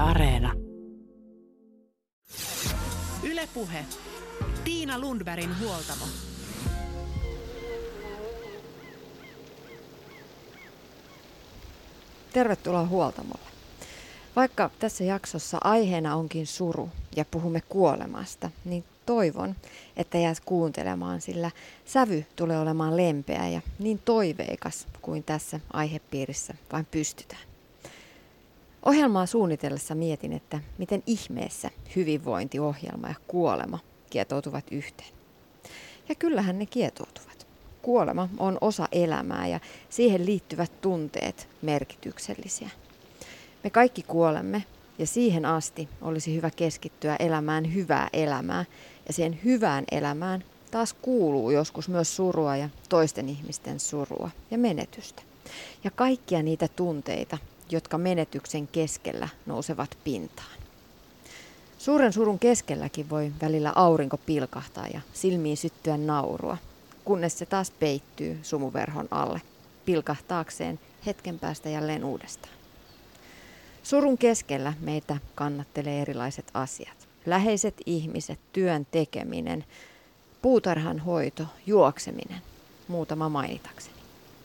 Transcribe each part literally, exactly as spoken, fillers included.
Areena. Yle Puhe. Tiina Lundbergin huoltamo. Tervetuloa huoltamolle. Vaikka tässä jaksossa aiheena onkin suru ja puhumme kuolemasta, niin toivon, että jäät kuuntelemaan, sillä sävy tulee olemaan lempeä ja niin toiveikas kuin tässä aihepiirissä vain pystytään. Ohjelmaa suunnitellessa mietin, että miten ihmeessä hyvinvointiohjelma ja kuolema kietoutuvat yhteen. Ja kyllähän ne kietoutuvat. Kuolema on osa elämää ja siihen liittyvät tunteet merkityksellisiä. Me kaikki kuolemme ja siihen asti olisi hyvä keskittyä elämään hyvää elämää. Ja siihen hyvään elämään taas kuuluu joskus myös surua ja toisten ihmisten surua ja menetystä. Ja kaikkia niitä tunteita, jotka menetyksen keskellä nousevat pintaan. Suuren surun keskelläkin voi välillä aurinko pilkahtaa ja silmiin syttyä naurua, kunnes se taas peittyy sumuverhon alle, pilkahtaakseen hetken päästä jälleen uudestaan. Surun keskellä meitä kannattelee erilaiset asiat. Läheiset ihmiset, työn tekeminen, puutarhan hoito, juokseminen, muutama mainitakseni.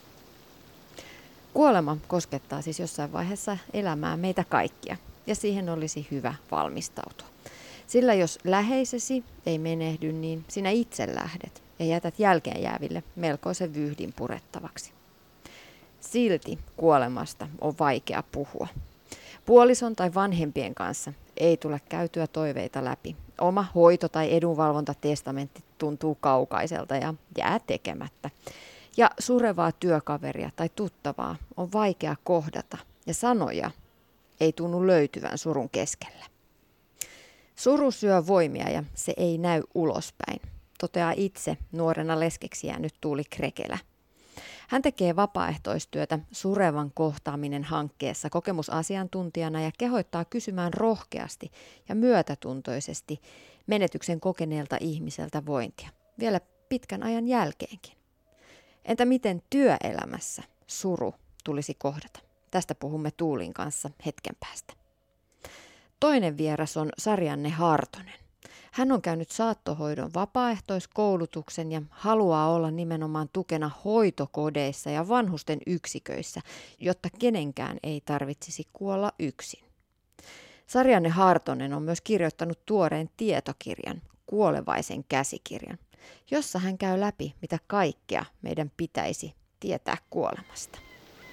Kuolema koskettaa siis jossain vaiheessa elämää meitä kaikkia, ja siihen olisi hyvä valmistautua. Sillä jos läheisesi ei menehdy, niin sinä itse lähdet ja jätät jälkeen jääville melkoisen vyyhdin purettavaksi. Silti kuolemasta on vaikea puhua. Puolison tai vanhempien kanssa ei tule käytyä toiveita läpi. Oma hoito- tai edunvalvontatestamentti tuntuu kaukaiselta ja jää tekemättä. Ja surevaa työkaveria tai tuttavaa on vaikea kohdata ja sanoja ei tunnu löytyvän surun keskellä. Suru syö voimia ja se ei näy ulospäin, toteaa itse nuorena leskeksi jäänyt Tuuli Krekelä. Hän tekee vapaaehtoistyötä Surevan kohtaaminen hankkeessa kokemusasiantuntijana ja kehottaa kysymään rohkeasti ja myötätuntoisesti menetyksen kokeneelta ihmiseltä vointia, vielä pitkän ajan jälkeenkin. Entä miten työelämässä suru tulisi kohdata? Tästä puhumme Tuulin kanssa hetken päästä. Toinen vieras on Sarjanne Hartonen. Hän on käynyt saattohoidon vapaaehtoiskoulutuksen ja haluaa olla nimenomaan tukena hoitokodeissa ja vanhusten yksiköissä, jotta kenenkään ei tarvitsisi kuolla yksin. Sarjanne Hartonen on myös kirjoittanut tuoreen tietokirjan, Kuolevaisen käsikirjan, jossa hän käy läpi, mitä kaikkea meidän pitäisi tietää kuolemasta.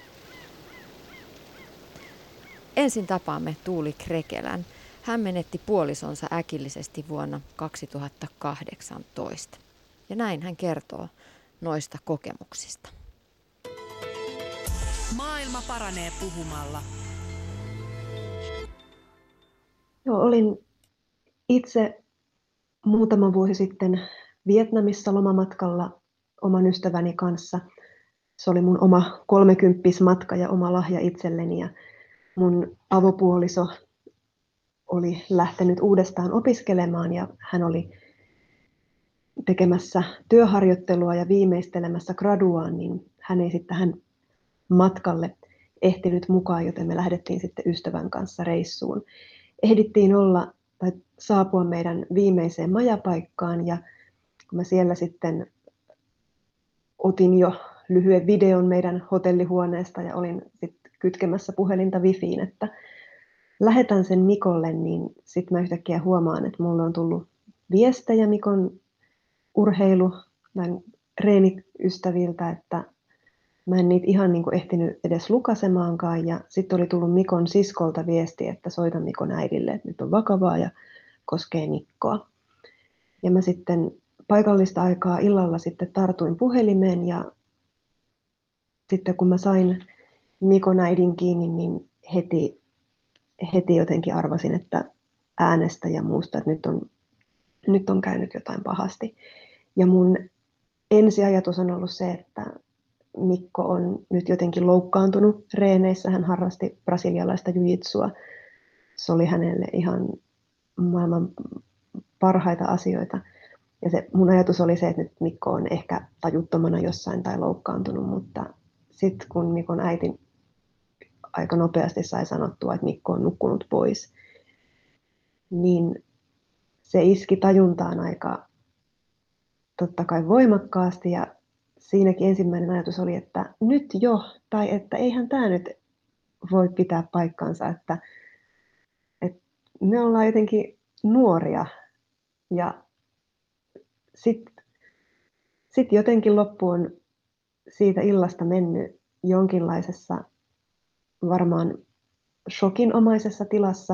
Ensin tapaamme Tuuli Krekelän. Hän menetti puolisonsa äkillisesti vuonna kaksituhattakahdeksantoista. Ja näin hän kertoo noista kokemuksista. Maailma paranee puhumalla. Joo, olin itse muutama vuosi sitten Vietnamissa lomamatkalla oman ystäväni kanssa. Se oli mun oma kolmekymppismatka ja oma lahja itselleni. Ja mun avopuoliso oli lähtenyt uudestaan opiskelemaan ja hän oli tekemässä työharjoittelua ja viimeistelemässä graduaan, niin hän ei sitten tähän matkalle ehtinyt mukaan, joten me lähdettiin sitten ystävän kanssa reissuun. Ehdittiin olla tai saapua meidän viimeiseen majapaikkaan ja kun mä siellä sitten otin jo lyhyen videon meidän hotellihuoneesta ja olin sitten kytkemässä puhelinta wifiin, että lähetän sen Mikolle, niin sitten mä yhtäkkiä huomaan, että mulle on tullut viestejä Mikon urheilu- tai treeniystäviltä, että mä en niitä ihan niin kuin ehtinyt edes lukasemaankaan. Ja sitten oli tullut Mikon siskolta viesti, että soita Mikon äidille, että nyt on vakavaa ja koskee Mikkoa. Ja mä sitten paikallista aikaa illalla sitten tartuin puhelimeen ja sitten kun mä sain Mikon äidin kiinni, niin heti heti jotenkin arvasin, että äänestä ja muusta, että nyt on, nyt on käynyt jotain pahasti. Ja mun ensiajatus on ollut se, että Mikko on nyt jotenkin loukkaantunut reeneissä. Hän harrasti brasilialaista jujitsua. Se oli hänelle ihan maailman parhaita asioita. Ja se mun ajatus oli se, että nyt Mikko on ehkä tajuttomana jossain tai loukkaantunut, mutta sitten kun Mikon äiti aika nopeasti sai sanottua, että Mikko on nukkunut pois. Niin se iski tajuntaan aika totta kai voimakkaasti ja siinäkin ensimmäinen ajatus oli, että nyt jo, tai että eihän tämä nyt voi pitää paikkansa, että, että me ollaan jotenkin nuoria ja sitten sit jotenkin loppu on siitä illasta mennyt jonkinlaisessa varmaan shokinomaisessa tilassa.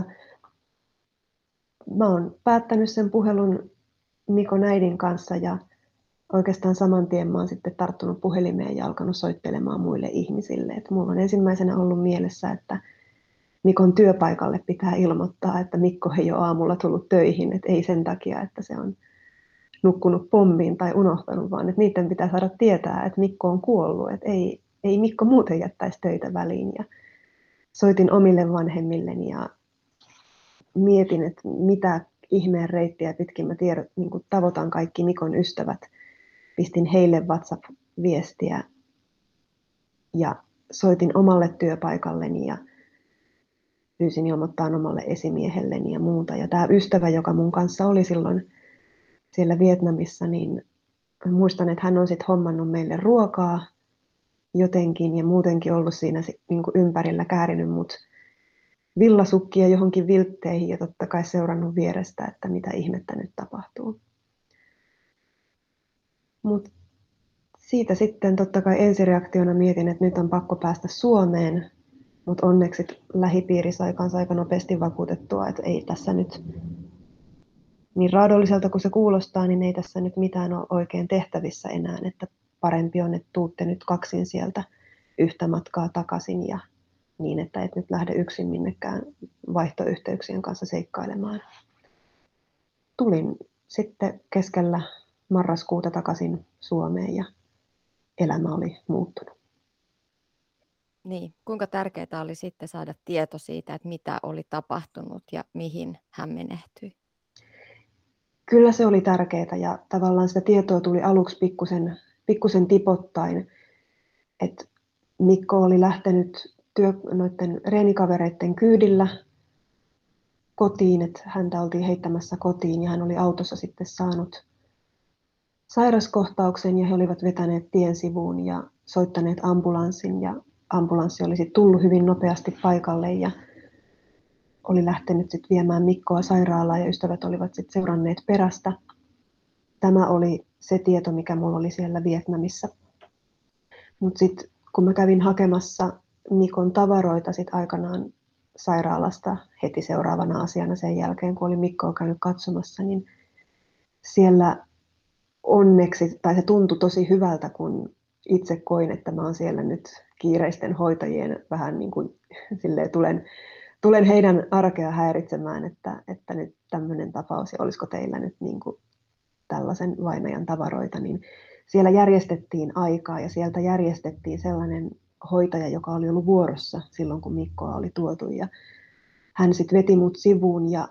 Mä oon päättänyt sen puhelun Mikon äidin kanssa ja oikeastaan saman tien mä oon sitten tarttunut puhelimeen ja alkanut soittelemaan muille ihmisille. Et mulla on ensimmäisenä ollut mielessä, että Mikon työpaikalle pitää ilmoittaa, että Mikko ei ole aamulla tullut töihin. Et ei sen takia, että se on nukkunut pommiin tai unohtanut, vaan että niiden pitää saada tietää, että Mikko on kuollut. Et ei, ei Mikko muuten jättäisi töitä väliin. Ja soitin omille vanhemmilleni ja mietin, että mitä ihmeen reittiä pitkin mä tiedot, niin kuin tavoitan kaikki Mikon ystävät. Pistin heille WhatsApp-viestiä ja soitin omalle työpaikalleni ja pyysin ilmoittaa omalle esimiehelleni ja muuta. Ja tämä ystävä, joka mun kanssa oli silloin siellä Vietnamissa, niin muistan, että hän on sitten hommannut meille ruokaa jotenkin ja muutenkin ollut siinä niin kuin ympärillä, käärinyt mut villasukkia johonkin viltteihin ja totta kai seurannut vierestä, että mitä ihmettä nyt tapahtuu. Mut siitä sitten totta kai ensireaktiona mietin, että nyt on pakko päästä Suomeen, mutta onneksi lähipiiri sai kanssa aika nopeasti vakuutettua, että ei tässä nyt, niin raadolliselta kuin se kuulostaa, niin ei tässä nyt mitään ole oikein tehtävissä enää, että parempi on, että tuutte nyt kaksin sieltä yhtä matkaa takaisin ja niin, että et nyt lähde yksin minnekään vaihtoyhteyksien kanssa seikkailemaan. Tulin sitten keskellä marraskuuta takaisin Suomeen ja elämä oli muuttunut. Niin, kuinka tärkeää oli sitten saada tieto siitä, että mitä oli tapahtunut ja mihin hän menehtyi? Kyllä se oli tärkeää ja tavallaan sitä tietoa tuli aluksi pikkusen, pikkusen tipottain, että Mikko oli lähtenyt työ, noiden reenikavereiden kyydillä kotiin, että häntä oltiin heittämässä kotiin ja hän oli autossa sitten saanut sairaskohtauksen ja he olivat vetäneet tien sivuun ja soittaneet ambulanssin ja ambulanssi oli sitten tullut hyvin nopeasti paikalle ja oli lähtenyt sitten viemään Mikkoa sairaalaan ja ystävät olivat sitten seuranneet perästä. Tämä oli se tieto, mikä mulla oli siellä Vietnamissa. Mutta sitten kun mä kävin hakemassa Mikon tavaroita sit aikanaan sairaalasta heti seuraavana asiana sen jälkeen, kun oli Mikkoa käynyt katsomassa, niin siellä onneksi, tai se tuntui tosi hyvältä, kun itse koin, että mä oon siellä nyt kiireisten hoitajien vähän niin kuin silleen tulen, tulen heidän arkea häiritsemään, että, että nyt tämmöinen tapaus ja olisiko teillä nyt niin kuin tällaisen vainajan tavaroita, niin siellä järjestettiin aikaa ja sieltä järjestettiin sellainen hoitaja, joka oli ollut vuorossa silloin, kun Mikkoa oli tuotu ja hän sitten veti mut sivuun ja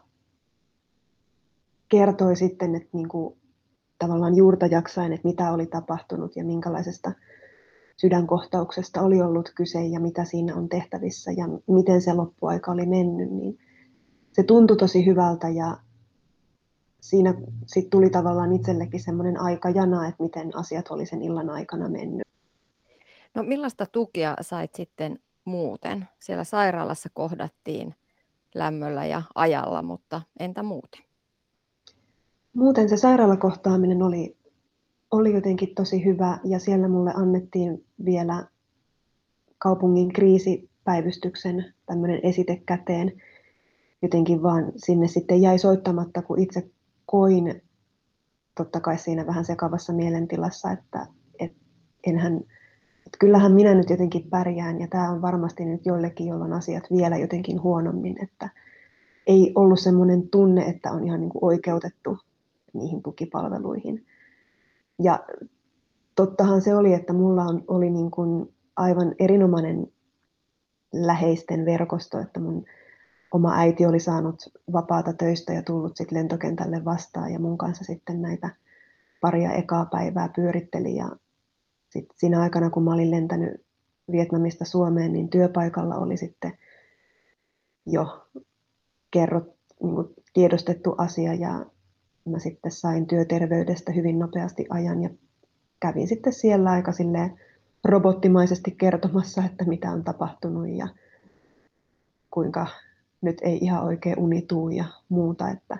kertoi sitten, että niin kuin tavallaan juurta jaksain, että mitä oli tapahtunut ja minkälaisesta sydänkohtauksesta oli ollut kyse ja mitä siinä on tehtävissä ja miten se loppuaika oli mennyt, niin se tuntui tosi hyvältä ja siinä sitten tuli tavallaan itsellekin semmoinen aikajana, että miten asiat oli sen illan aikana mennyt. No millaista tukea sait sitten muuten? Siellä sairaalassa kohdattiin lämmöllä ja ajalla, mutta entä muuten? Muuten se sairaalakohtaaminen oli, oli jotenkin tosi hyvä ja siellä mulle annettiin vielä kaupungin kriisipäivystyksen tämmöinen esite käteen. Jotenkin vaan sinne sitten jäi soittamatta, kun itse koin totta kai siinä vähän sekavassa mielentilassa, että, että enhän, että kyllähän minä nyt jotenkin pärjään ja tämä on varmasti nyt joillekin, joilla on asiat vielä jotenkin huonommin, että ei ollut semmoinen tunne, että on ihan niin kuin oikeutettu niihin tukipalveluihin. Ja tottahan se oli, että mulla on, oli niin kuin aivan erinomainen läheisten verkosto, että mun oma äiti oli saanut vapaata töistä ja tullut sitten lentokentälle vastaan ja mun kanssa sitten näitä paria ekaa päivää pyöritteli ja sitten siinä aikana, kun mä olin lentänyt Vietnamista Suomeen, niin työpaikalla oli sitten jo kerrot, niin kuin tiedostettu asia ja mä sitten sain työterveydestä hyvin nopeasti ajan ja kävin sitten siellä aika silleen robottimaisesti kertomassa, että mitä on tapahtunut ja kuinka nyt ei ihan oikein uni tuu ja muuta, että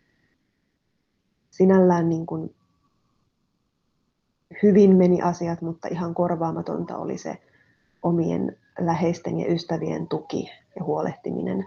sinällään niin kuin hyvin meni asiat, mutta ihan korvaamatonta oli se omien läheisten ja ystävien tuki ja huolehtiminen.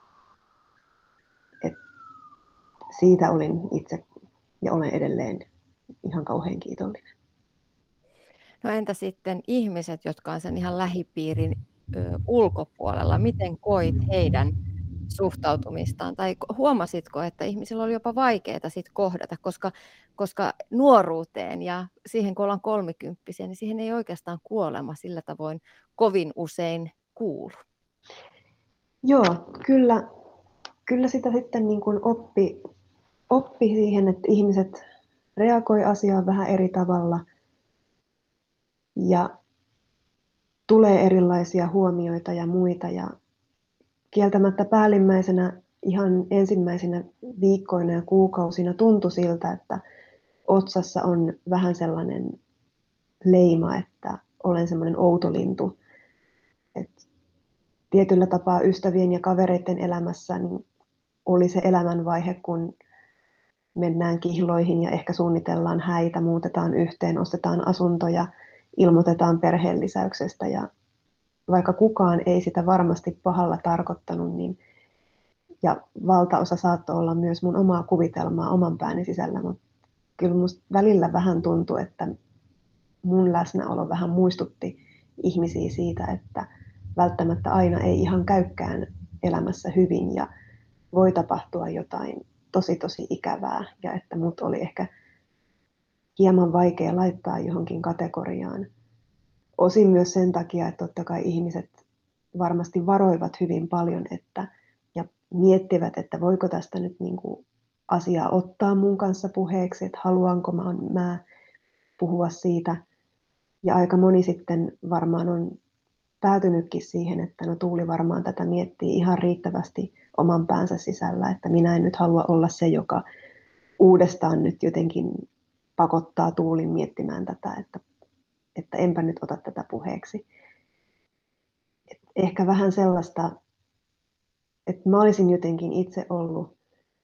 Et siitä olin itse ja olen edelleen ihan kauhean kiitollinen. No entä sitten ihmiset, jotka on sen ihan lähipiirin ö, ulkopuolella? Miten koit heidän suhtautumistaan? Tai huomasitko, että ihmisillä oli jopa vaikeaa sit kohdata, koska, koska nuoruuteen ja siihen, kun ollaan kolmikymppisiä, niin siihen ei oikeastaan kuolema sillä tavoin kovin usein kuulu. Joo, kyllä, kyllä sitä sitten niin kuin oppi, oppi siihen, että ihmiset reagoi asiaan vähän eri tavalla ja tulee erilaisia huomioita ja muita. Ja kieltämättä päällimmäisenä ihan ensimmäisenä viikkoina ja kuukausina tuntui siltä, että otsassa on vähän sellainen leima, että olen semmoinen outolintu. Et tietyllä tapaa ystävien ja kavereiden elämässä niin oli se elämänvaihe, kun mennään kihloihin ja ehkä suunnitellaan häitä, muutetaan yhteen, ostetaan asuntoja, ilmoitetaan perheenlisäyksestä ja vaikka kukaan ei sitä varmasti pahalla tarkoittanut, niin ja valtaosa saattoi olla myös mun omaa kuvitelmaa oman pääni sisällä, mutta kyllä musta välillä vähän tuntui, että mun läsnäolo vähän muistutti ihmisiä siitä, että välttämättä aina ei ihan käykään elämässä hyvin ja voi tapahtua jotain tosi tosi ikävää ja että mut oli ehkä hieman vaikea laittaa johonkin kategoriaan. Osin myös sen takia, että totta kai ihmiset varmasti varoivat hyvin paljon että, ja miettivät, että voiko tästä nyt niin kuin asiaa ottaa mun kanssa puheeksi, että haluanko mä, mä puhua siitä. Ja aika moni sitten varmaan on päätynytkin siihen, että no Tuuli varmaan tätä miettii ihan riittävästi oman päänsä sisällä, että minä en nyt halua olla se, joka uudestaan nyt jotenkin pakottaa Tuulin miettimään tätä, että, että enpä nyt ota tätä puheeksi. Et ehkä vähän sellaista, että mä olisin jotenkin itse ollut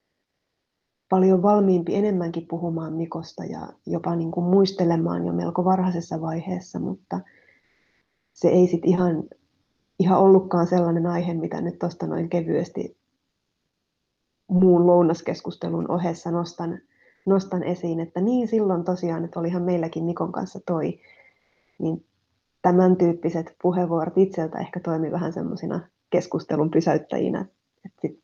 paljon valmiimpi enemmänkin puhumaan Mikosta ja jopa niin kuin muistelemaan jo melko varhaisessa vaiheessa, mutta se ei sitten ihan, ihan ollutkaan sellainen aihe, mitä nyt tuosta noin kevyesti muun lounaskeskustelun ohessa nostan, nostan esiin, että niin silloin tosiaan, että olihan meilläkin Mikon kanssa toi, niin tämän tyyppiset puheenvuorot itseltä ehkä toimi vähän semmoisina keskustelun pysäyttäjinä, että sit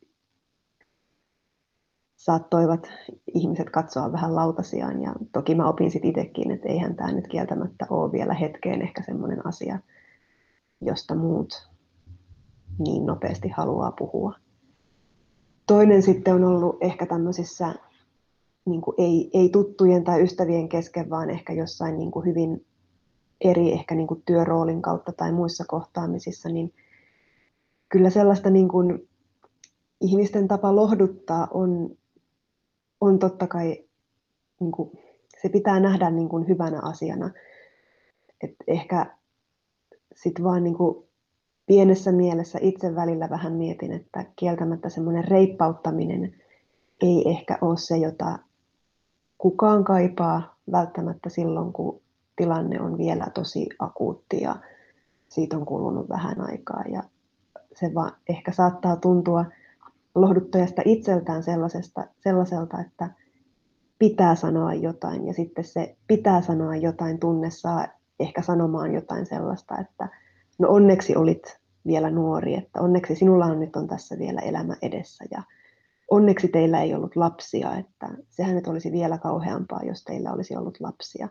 saattoivat ihmiset katsoa vähän lautasiaan ja toki mä opin sitten itsekin, että eihän tämä nyt kieltämättä ole vielä hetkeen ehkä semmoinen asia, josta muut niin nopeasti haluaa puhua. Toinen sitten on ollut ehkä tämmöisissä niin kuin ei, ei tuttujen tai ystävien kesken, vaan ehkä jossain niin kuin hyvin eri ehkä niin kuin työroolin kautta tai muissa kohtaamisissa, niin kyllä sellaista niin kuin ihmisten tapa lohduttaa on, on totta kai, niin kuin, se pitää nähdä niin kuin hyvänä asiana. Et ehkä sitten vaan niin kuin pienessä mielessä itse välillä vähän mietin, että kieltämättä semmoinen reippauttaminen ei ehkä ole se, jota kukaan kaipaa välttämättä silloin, kun tilanne on vielä tosi akuutti ja siitä on kulunut vähän aikaa. Ja se vaan ehkä saattaa tuntua lohduttajasta itseltään sellaisesta, sellaiselta, että pitää sanoa jotain ja sitten se pitää sanoa jotain tunne saa ehkä sanomaan jotain sellaista, että no onneksi olit vielä nuori, että onneksi sinulla on nyt on tässä vielä elämä edessä ja onneksi teillä ei ollut lapsia, että sehän nyt olisi vielä kauheampaa, jos teillä olisi ollut lapsia.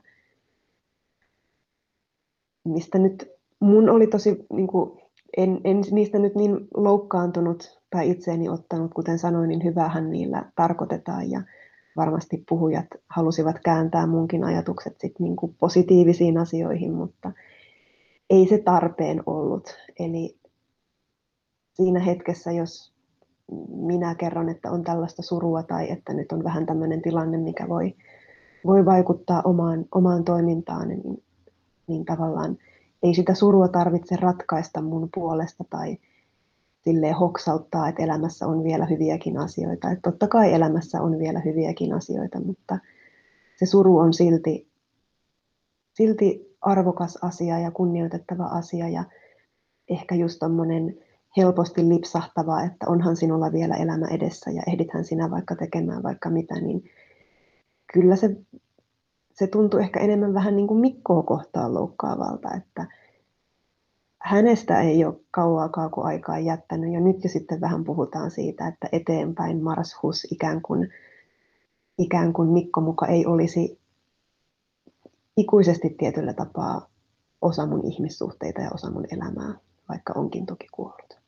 Mistä nyt mun oli tosi, niin kuin, en, en niistä nyt niin loukkaantunut tai itseeni ottanut, kuten sanoin, niin hyvähän niillä tarkoitetaan ja varmasti puhujat halusivat kääntää munkin ajatukset sit niin kuin positiivisiin asioihin, mutta ei se tarpeen ollut. Eli siinä hetkessä, jos minä kerron, että on tällaista surua tai että nyt on vähän tämmöinen tilanne, mikä voi, voi vaikuttaa omaan, omaan toimintaan, niin, niin tavallaan ei sitä surua tarvitse ratkaista mun puolesta tai silleen hoksauttaa, että elämässä on vielä hyviäkin asioita. Että totta kai elämässä on vielä hyviäkin asioita, mutta se suru on silti, silti arvokas asia ja kunnioitettava asia ja ehkä just tommonen helposti lipsahtava, että onhan sinulla vielä elämä edessä ja ehdithän sinä vaikka tekemään vaikka mitä, niin kyllä se, se tuntui ehkä enemmän vähän niin kuin Mikkoa kohtaan loukkaavalta, että hänestä ei ole kauaakaan kuin aikaa jättänyt ja nyt jo sitten vähän puhutaan siitä, että eteenpäin marshus ikään kuin, ikään kuin Mikko muka ei olisi ikuisesti tietyllä tapaa osa mun ihmissuhteita ja osa mun elämää, vaikka onkin toki kuollut.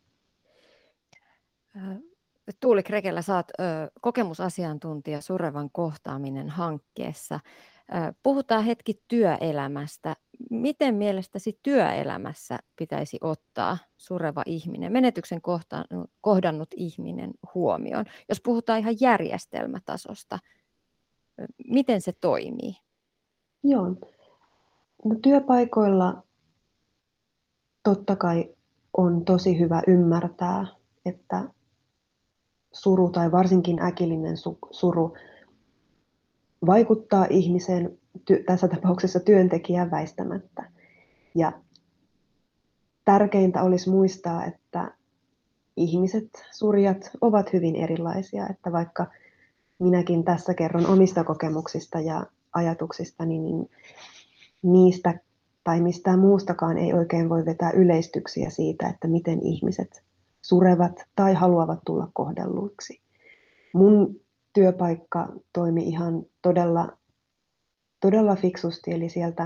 Tuuli Krekelä, sä oot ö, kokemusasiantuntija Surevan kohtaaminen -hankkeessa. Ö, puhutaan hetki työelämästä. Miten mielestäsi työelämässä pitäisi ottaa sureva ihminen, menetyksen kohdannut, kohdannut ihminen huomioon? Jos puhutaan ihan järjestelmätasosta, miten se toimii? Joo. No, työpaikoilla totta kai on tosi hyvä ymmärtää, että suru tai varsinkin äkillinen suru vaikuttaa ihmiseen, tässä tapauksessa työntekijään väistämättä. Ja tärkeintä olisi muistaa, että ihmiset, surijat ovat hyvin erilaisia, että vaikka minäkin tässä kerron omista kokemuksista ja ajatuksistani, niin niistä tai mistään muustakaan ei oikein voi vetää yleistyksiä siitä, että miten ihmiset surevat tai haluavat tulla kohdelluiksi. Mun työpaikka toimi ihan todella, todella fiksusti, eli sieltä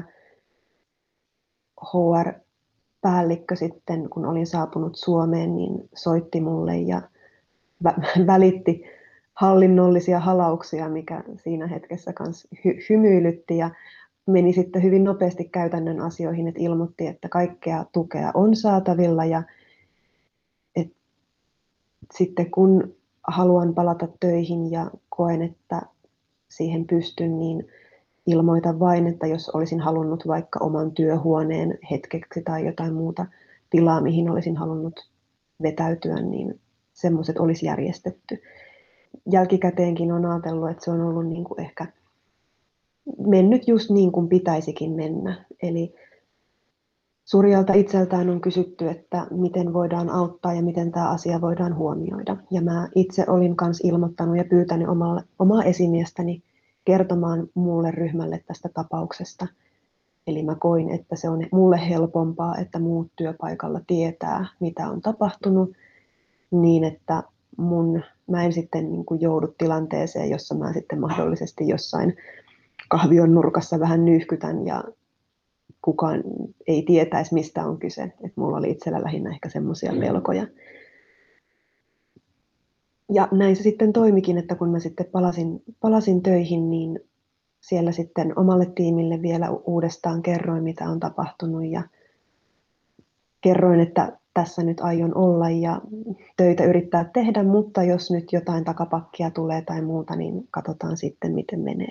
H R-päällikkö sitten, kun olin saapunut Suomeen, niin soitti mulle ja välitti hallinnollisia halauksia, mikä siinä hetkessä kanssa hy- hymyilytti ja meni sitten hyvin nopeasti käytännön asioihin, että ilmoitti, että kaikkea tukea on saatavilla ja että sitten kun haluan palata töihin ja koen, että siihen pystyn, niin ilmoitan vain, että jos olisin halunnut vaikka oman työhuoneen hetkeksi tai jotain muuta tilaa, mihin olisin halunnut vetäytyä, niin semmoiset olisi järjestetty. Jälkikäteenkin on ajatellut, että se on ollut niin kuin ehkä mennyt just niin kuin pitäisikin mennä. Eli surijalta itseltään on kysytty, että miten voidaan auttaa ja miten tämä asia voidaan huomioida. Ja mä itse olin myös ilmoittanut ja pyytänyt omalla, omaa esimiestäni kertomaan muulle ryhmälle tästä tapauksesta. Eli mä koin, että se on mulle helpompaa, että muut työpaikalla tietää, mitä on tapahtunut, niin että mun, mä en sitten niin kuin joudu tilanteeseen, jossa mä sitten mahdollisesti jossain kahvion nurkassa vähän nyyhkytän ja kukaan ei tietäisi, mistä on kyse. Et mulla oli itsellä lähinnä ehkä semmoisia pelkoja. Ja näin se sitten toimikin, että kun mä sitten palasin, palasin töihin, niin siellä sitten omalle tiimille vielä uudestaan kerroin, mitä on tapahtunut ja kerroin, että tässä nyt aion olla ja töitä yrittää tehdä, mutta jos nyt jotain takapakkia tulee tai muuta, niin katsotaan sitten, miten menee.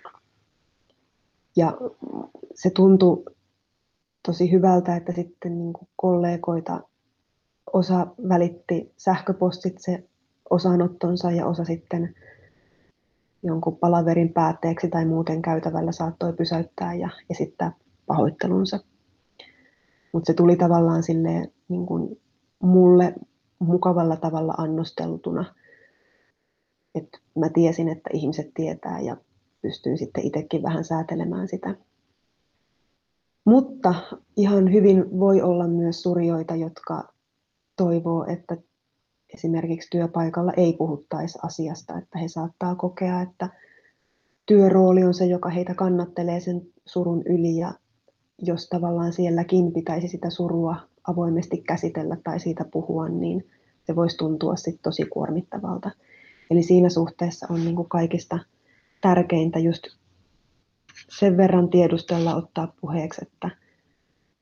Ja se tuntui tosi hyvältä, että sitten niin kuin kollegoita osa välitti sähköpostitse osanottonsa ja osa sitten jonkun palaverin päätteeksi tai muuten käytävällä saattoi pysäyttää ja esittää pahoittelunsa. Mutta se tuli tavallaan silleen, niin kuin mulle mukavalla tavalla annosteltuna, että mä tiesin, että ihmiset tietää ja pystyin sitten itsekin vähän säätelemään sitä. Mutta ihan hyvin voi olla myös surijoita, jotka toivoo, että esimerkiksi työpaikalla ei puhuttaisi asiasta, että he saattaa kokea, että työrooli on se, joka heitä kannattelee sen surun yli ja jos tavallaan sielläkin pitäisi sitä surua avoimesti käsitellä tai siitä puhua, niin se voisi tuntua sitten tosi kuormittavalta. Eli siinä suhteessa on niin kuin kaikista tärkeintä just sen verran tiedustella, ottaa puheeksi, että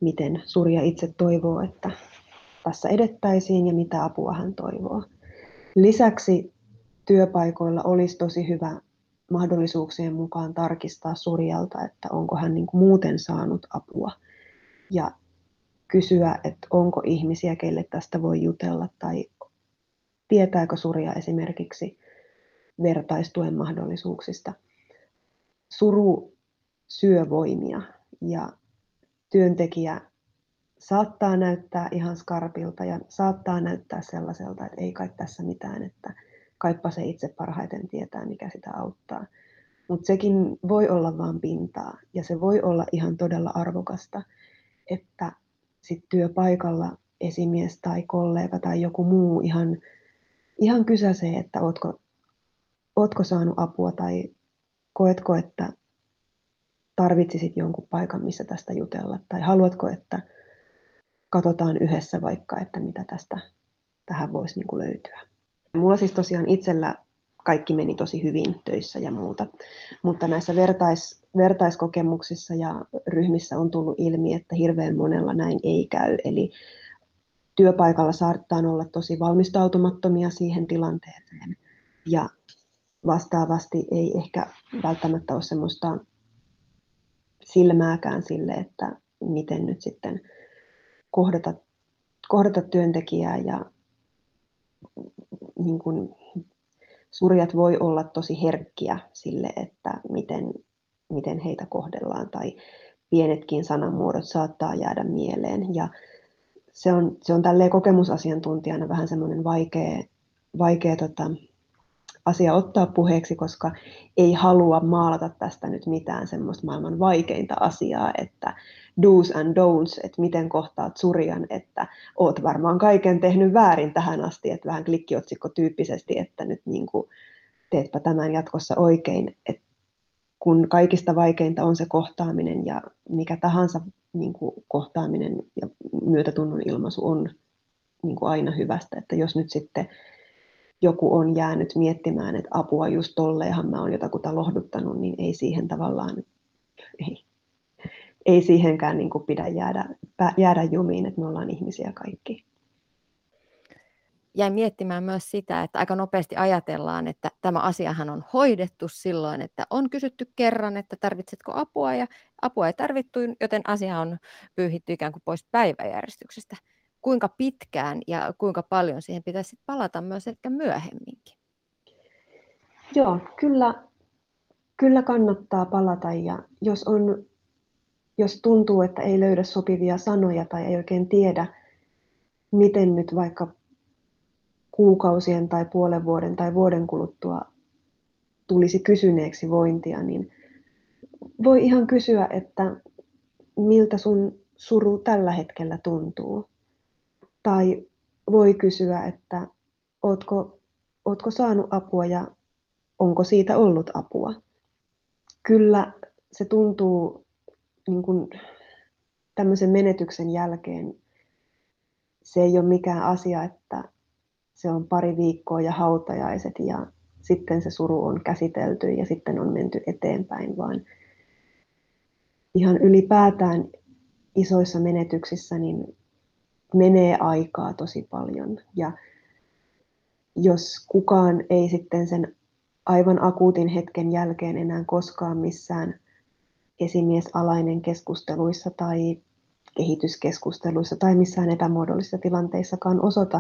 miten surija itse toivoo, että tässä edettäisiin ja mitä apua hän toivoo. Lisäksi työpaikoilla olisi tosi hyvä mahdollisuuksien mukaan tarkistaa surijalta, että onko hän niin kuin muuten saanut apua ja kysyä, että onko ihmisiä, keille tästä voi jutella tai tietääkö surija esimerkiksi vertaistuen mahdollisuuksista. Suru syö voimia ja työntekijä saattaa näyttää ihan skarpilta ja saattaa näyttää sellaiselta, että ei kai tässä mitään, että kaipa se itse parhaiten tietää, mikä sitä auttaa. Mutta sekin voi olla vain pintaa ja se voi olla ihan todella arvokasta, että sit työpaikalla esimies tai kollega tai joku muu ihan, ihan kysäsee, että ootko, ootko saanut apua tai koetko, että tarvitsisit jonkun paikan, missä tästä jutella tai haluatko, että katsotaan yhdessä vaikka, että mitä tästä tähän voisi niin kuin löytyä. Mulla siis tosiaan itsellä kaikki meni tosi hyvin töissä ja muuta, mutta näissä vertais, vertaiskokemuksissa ja ryhmissä on tullut ilmi, että hirveän monella näin ei käy. Eli työpaikalla saattaa olla tosi valmistautumattomia siihen tilanteeseen ja vastaavasti ei ehkä välttämättä ole semmoista silmääkään sille, että miten nyt sitten kohdata, kohdata työntekijää ja niin kuin, surjat voi olla tosi herkkiä sille, että miten, miten heitä kohdellaan tai pienetkin sanamuodot saattaa jäädä mieleen ja se on, se on tälleen kokemusasiantuntijana vähän semmoinen vaikea, vaikea tota, asia ottaa puheeksi, koska ei halua maalata tästä nyt mitään semmoista maailman vaikeinta asiaa, että do's and don'ts, että miten kohtaat surjan, että oot varmaan kaiken tehnyt väärin tähän asti, että vähän klikkiotsikko tyyppisesti, että nyt niin kuin teetpä tämän jatkossa oikein, että kun kaikista vaikeinta on se kohtaaminen ja mikä tahansa niin kuin kohtaaminen ja myötätunnon ilmaisu on niin kuin aina hyvästä, että jos nyt sitten joku on jäänyt miettimään, että apua just tolleenhan mä oon jotakuta lohduttanut, niin ei siihen tavallaan, ei, ei siihenkään niin kuin pidä jäädä, jäädä jumiin, että me ollaan ihmisiä kaikki. Jäin miettimään myös sitä, että aika nopeasti ajatellaan, että tämä asiahan on hoidettu silloin, että on kysytty kerran, että tarvitsetko apua ja apua ei tarvittu, joten asia on pyyhitty ikään kuin pois päiväjärjestyksestä. Kuinka pitkään ja kuinka paljon siihen pitäisi palata myös ehkä myöhemminkin? Joo, kyllä, kyllä kannattaa palata ja jos, on, jos tuntuu, että ei löydä sopivia sanoja tai ei oikein tiedä, miten nyt vaikka kuukausien tai puolen vuoden tai vuoden kuluttua tulisi kysyneeksi vointia, niin voi ihan kysyä, että miltä sun suru tällä hetkellä tuntuu. Tai voi kysyä, että ootko, ootko saanut apua ja onko siitä ollut apua. Kyllä se tuntuu niin kuin tämmöisen menetyksen jälkeen, se ei ole mikään asia, että se on pari viikkoa ja hautajaiset ja sitten se suru on käsitelty ja sitten on menty eteenpäin, vaan ihan ylipäätään isoissa menetyksissä niin menee aikaa tosi paljon. Ja jos kukaan ei sitten sen aivan akuutin hetken jälkeen enää koskaan missään esimiesalainen keskusteluissa tai kehityskeskusteluissa tai missään epämuodollisissa tilanteissakaan osoita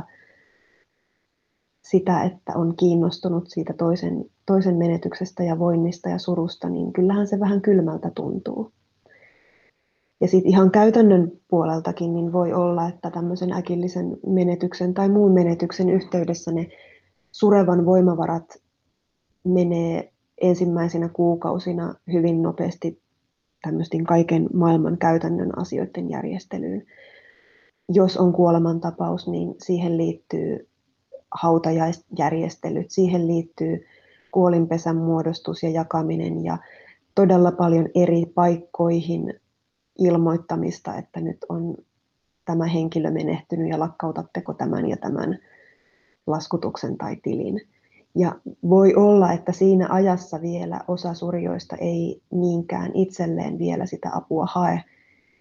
sitä, että on kiinnostunut siitä toisen, toisen menetyksestä ja voinnista ja surusta, niin kyllähän se vähän kylmältä tuntuu. Ja sitten ihan käytännön puoleltakin niin voi olla, että tämmöisen äkillisen menetyksen tai muun menetyksen yhteydessä ne surevan voimavarat menee ensimmäisenä kuukausina hyvin nopeasti tämmöisten kaiken maailman käytännön asioiden järjestelyyn. Jos on kuolemantapaus, niin siihen liittyy hautajaisjärjestelyt, siihen liittyy kuolinpesän muodostus ja jakaminen ja todella paljon eri paikkoihin ilmoittamista, että nyt on tämä henkilö menehtynyt ja lakkautatteko tämän ja tämän laskutuksen tai tilin. Ja voi olla, että siinä ajassa vielä osa surjoista ei niinkään itselleen vielä sitä apua hae,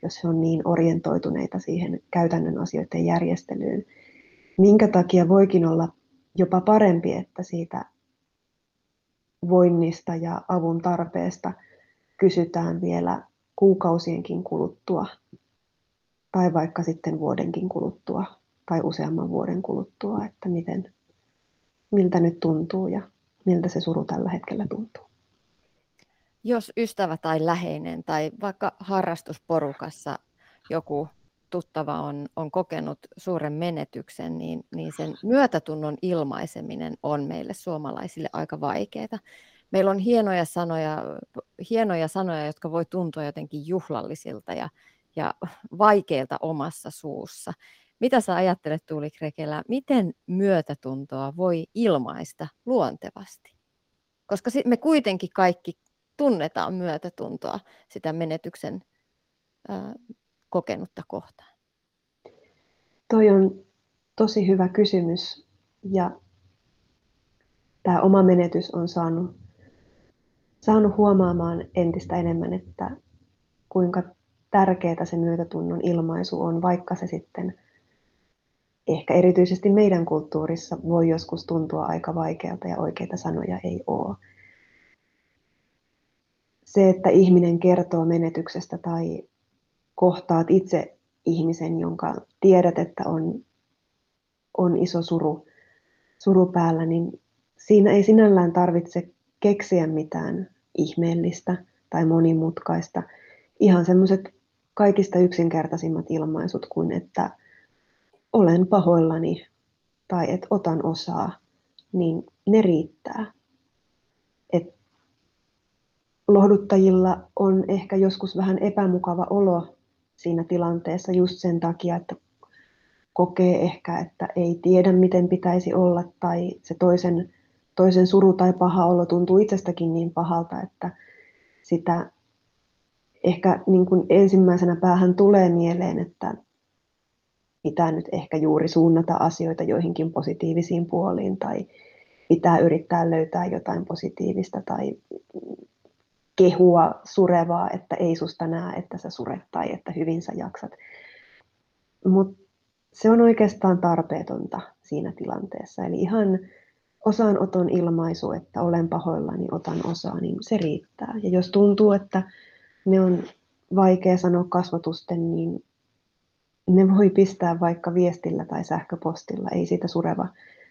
jos he on niin orientoituneita siihen käytännön asioiden järjestelyyn. Minkä takia voikin olla jopa parempi, että siitä voinnista ja avun tarpeesta kysytään vielä kuukausienkin kuluttua tai vaikka sitten vuodenkin kuluttua tai useamman vuoden kuluttua, että miten, miltä nyt tuntuu ja miltä se suru tällä hetkellä tuntuu. Jos ystävä tai läheinen tai vaikka harrastusporukassa joku tuttava on, on kokenut suuren menetyksen, niin, niin sen myötätunnon ilmaiseminen on meille suomalaisille aika vaikeaa. Meillä on hienoja sanoja, hienoja sanoja, jotka voi tuntua jotenkin juhlallisilta ja, ja vaikeilta omassa suussa. Mitä sä ajattelet, Tuuli Krekelä, miten myötätuntoa voi ilmaista luontevasti? Koska me kuitenkin kaikki tunnetaan myötätuntoa sitä menetyksen ää, kokenutta kohtaan. Toi on tosi hyvä kysymys ja tämä oma menetys on saanut, saanut huomaamaan entistä enemmän, että kuinka tärkeää se myötätunnon ilmaisu on, vaikka se sitten ehkä erityisesti meidän kulttuurissa voi joskus tuntua aika vaikealta ja oikeita sanoja ei ole. Se, että ihminen kertoo menetyksestä tai kohtaat itse ihmisen, jonka tiedät, että on, on iso suru, suru päällä, niin siinä ei sinällään tarvitse keksiä mitään ihmeellistä tai monimutkaista. Ihan semmoiset kaikista yksinkertaisimmat ilmaisut kuin, että olen pahoillani tai että otan osaa, niin ne riittää. Et lohduttajilla on ehkä joskus vähän epämukava olo siinä tilanteessa just sen takia, että kokee ehkä, että ei tiedä miten pitäisi olla tai se toisen, toisen suru tai paha olo tuntuu itsestäkin niin pahalta, että sitä ehkä niin kuin ensimmäisenä päähän tulee mieleen, että pitää nyt ehkä juuri suunnata asioita joihinkin positiivisiin puoliin tai pitää yrittää löytää jotain positiivista tai kehua surevaa, että ei susta näe, että sä suret tai että hyvin sä jaksat. Mutta se on oikeastaan tarpeetonta siinä tilanteessa. Eli ihan osanoton ilmaisu, että olen pahoillani, otan osaa, niin se riittää. Ja jos tuntuu, että ne on vaikea sanoa kasvotusten, niin ne voi pistää vaikka viestillä tai sähköpostilla. Ei siitä sureva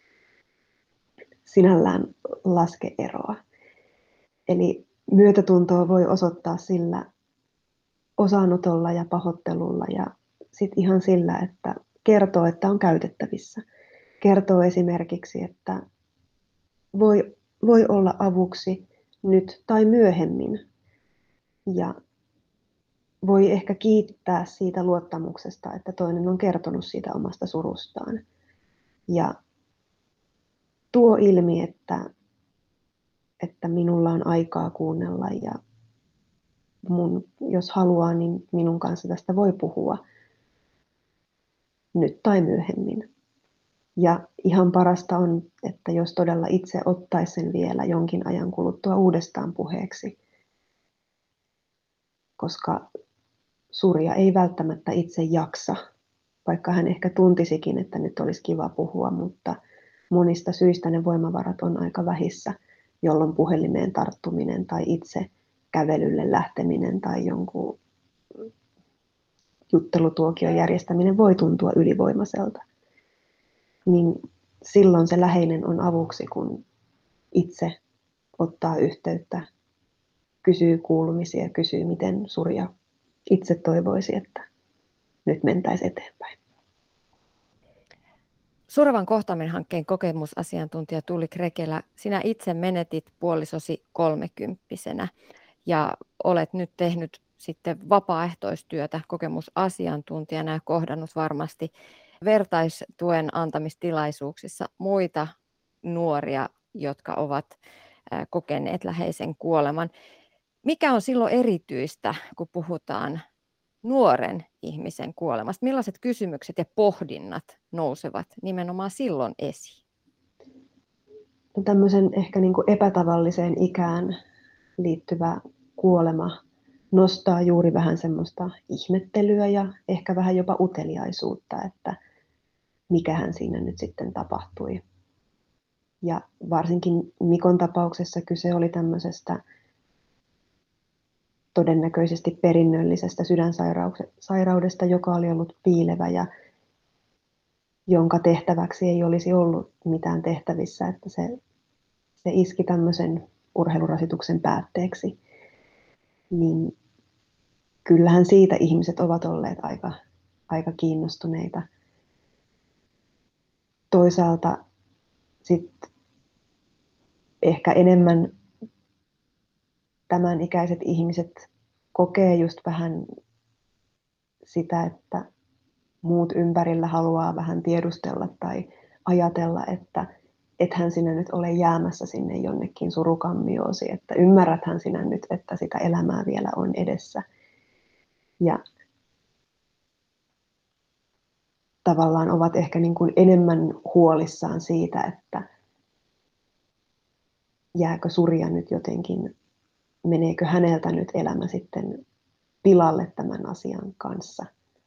sinällään laske eroa. Eli myötätuntoa voi osoittaa sillä osanotolla ja pahoittelulla ja sitten ihan sillä, että kertoo, että on käytettävissä. Kertoo esimerkiksi, että voi, voi olla avuksi nyt tai myöhemmin ja voi ehkä kiittää siitä luottamuksesta, että toinen on kertonut siitä omasta surustaan. Ja tuo ilmi, että, että minulla on aikaa kuunnella ja mun, jos haluaa, niin minun kanssa tästä voi puhua nyt tai myöhemmin. Ja ihan parasta on, että jos todella itse ottaisi sen vielä jonkin ajan kuluttua uudestaan puheeksi, koska surja ei välttämättä itse jaksa, vaikka hän ehkä tuntisikin, että nyt olisi kiva puhua, mutta monista syistä ne voimavarat on aika vähissä, jolloin puhelimeen tarttuminen tai itse kävelylle lähteminen tai jonkun juttelutuokion järjestäminen voi tuntua ylivoimaiselta. Niin silloin se läheinen on avuksi, kun itse ottaa yhteyttä, kysyy kuulumisia, kysyy miten surja itse toivoisi, että nyt mentäisiin eteenpäin. Surevan kohtaaminen-hankkeen kokemusasiantuntija Tuuli Krekelä, sinä itse menetit puolisosi kolmekymppisenä ja olet nyt tehnyt sitten vapaaehtoistyötä kokemusasiantuntijana ja kohdannut varmasti vertaistuen antamistilaisuuksissa muita nuoria, jotka ovat kokeneet läheisen kuoleman. Mikä on silloin erityistä, kun puhutaan nuoren ihmisen kuolemasta? Millaiset kysymykset ja pohdinnat nousevat nimenomaan silloin esiin? No tämmöisen ehkä niin kuin epätavalliseen ikään liittyvä kuolema nostaa juuri vähän semmoista ihmettelyä ja ehkä vähän jopa uteliaisuutta, että mikähän siinä nyt sitten tapahtui. Ja varsinkin Mikon tapauksessa kyse oli tämmöisestä todennäköisesti perinnöllisestä sydänsairaudesta, joka oli ollut piilevä ja jonka tehtäväksi ei olisi ollut mitään tehtävissä, että se, se iski tämmöisen urheilurasituksen päätteeksi. Niin kyllähän siitä ihmiset ovat olleet aika, aika kiinnostuneita. Toisaalta sitten ehkä enemmän tämän ikäiset ihmiset kokee just vähän sitä, että muut ympärillä haluaa vähän tiedustella tai ajatella, että ethän sinä nyt ole jäämässä sinne jonnekin surukammioisi, että ymmärräthän sinä nyt, että sitä elämää vielä on edessä. Ja tavallaan ovat ehkä niin kuin enemmän huolissaan siitä, että jääkö Surja nyt jotenkin, meneekö häneltä nyt elämä sitten pilalle tämän asian kanssa.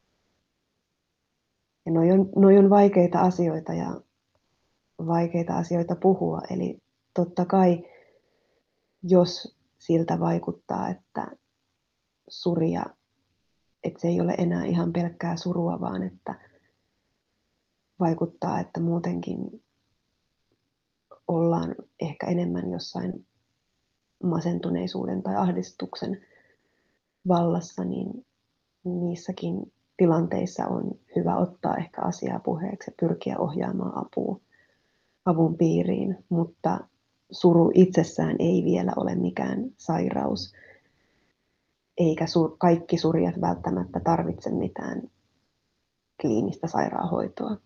Ja noi on, noi on vaikeita asioita ja vaikeita asioita puhua, eli totta kai jos siltä vaikuttaa, että Surja, että se ei ole enää ihan pelkkää surua, vaan että vaikuttaa, että muutenkin ollaan ehkä enemmän jossain masentuneisuuden tai ahdistuksen vallassa, niin niissäkin tilanteissa on hyvä ottaa ehkä asiaa puheeksi ja pyrkiä ohjaamaan apua, avun piiriin, mutta suru itsessään ei vielä ole mikään sairaus, eikä sur- kaikki surjat välttämättä tarvitse mitään kliinistä sairaanhoitoa.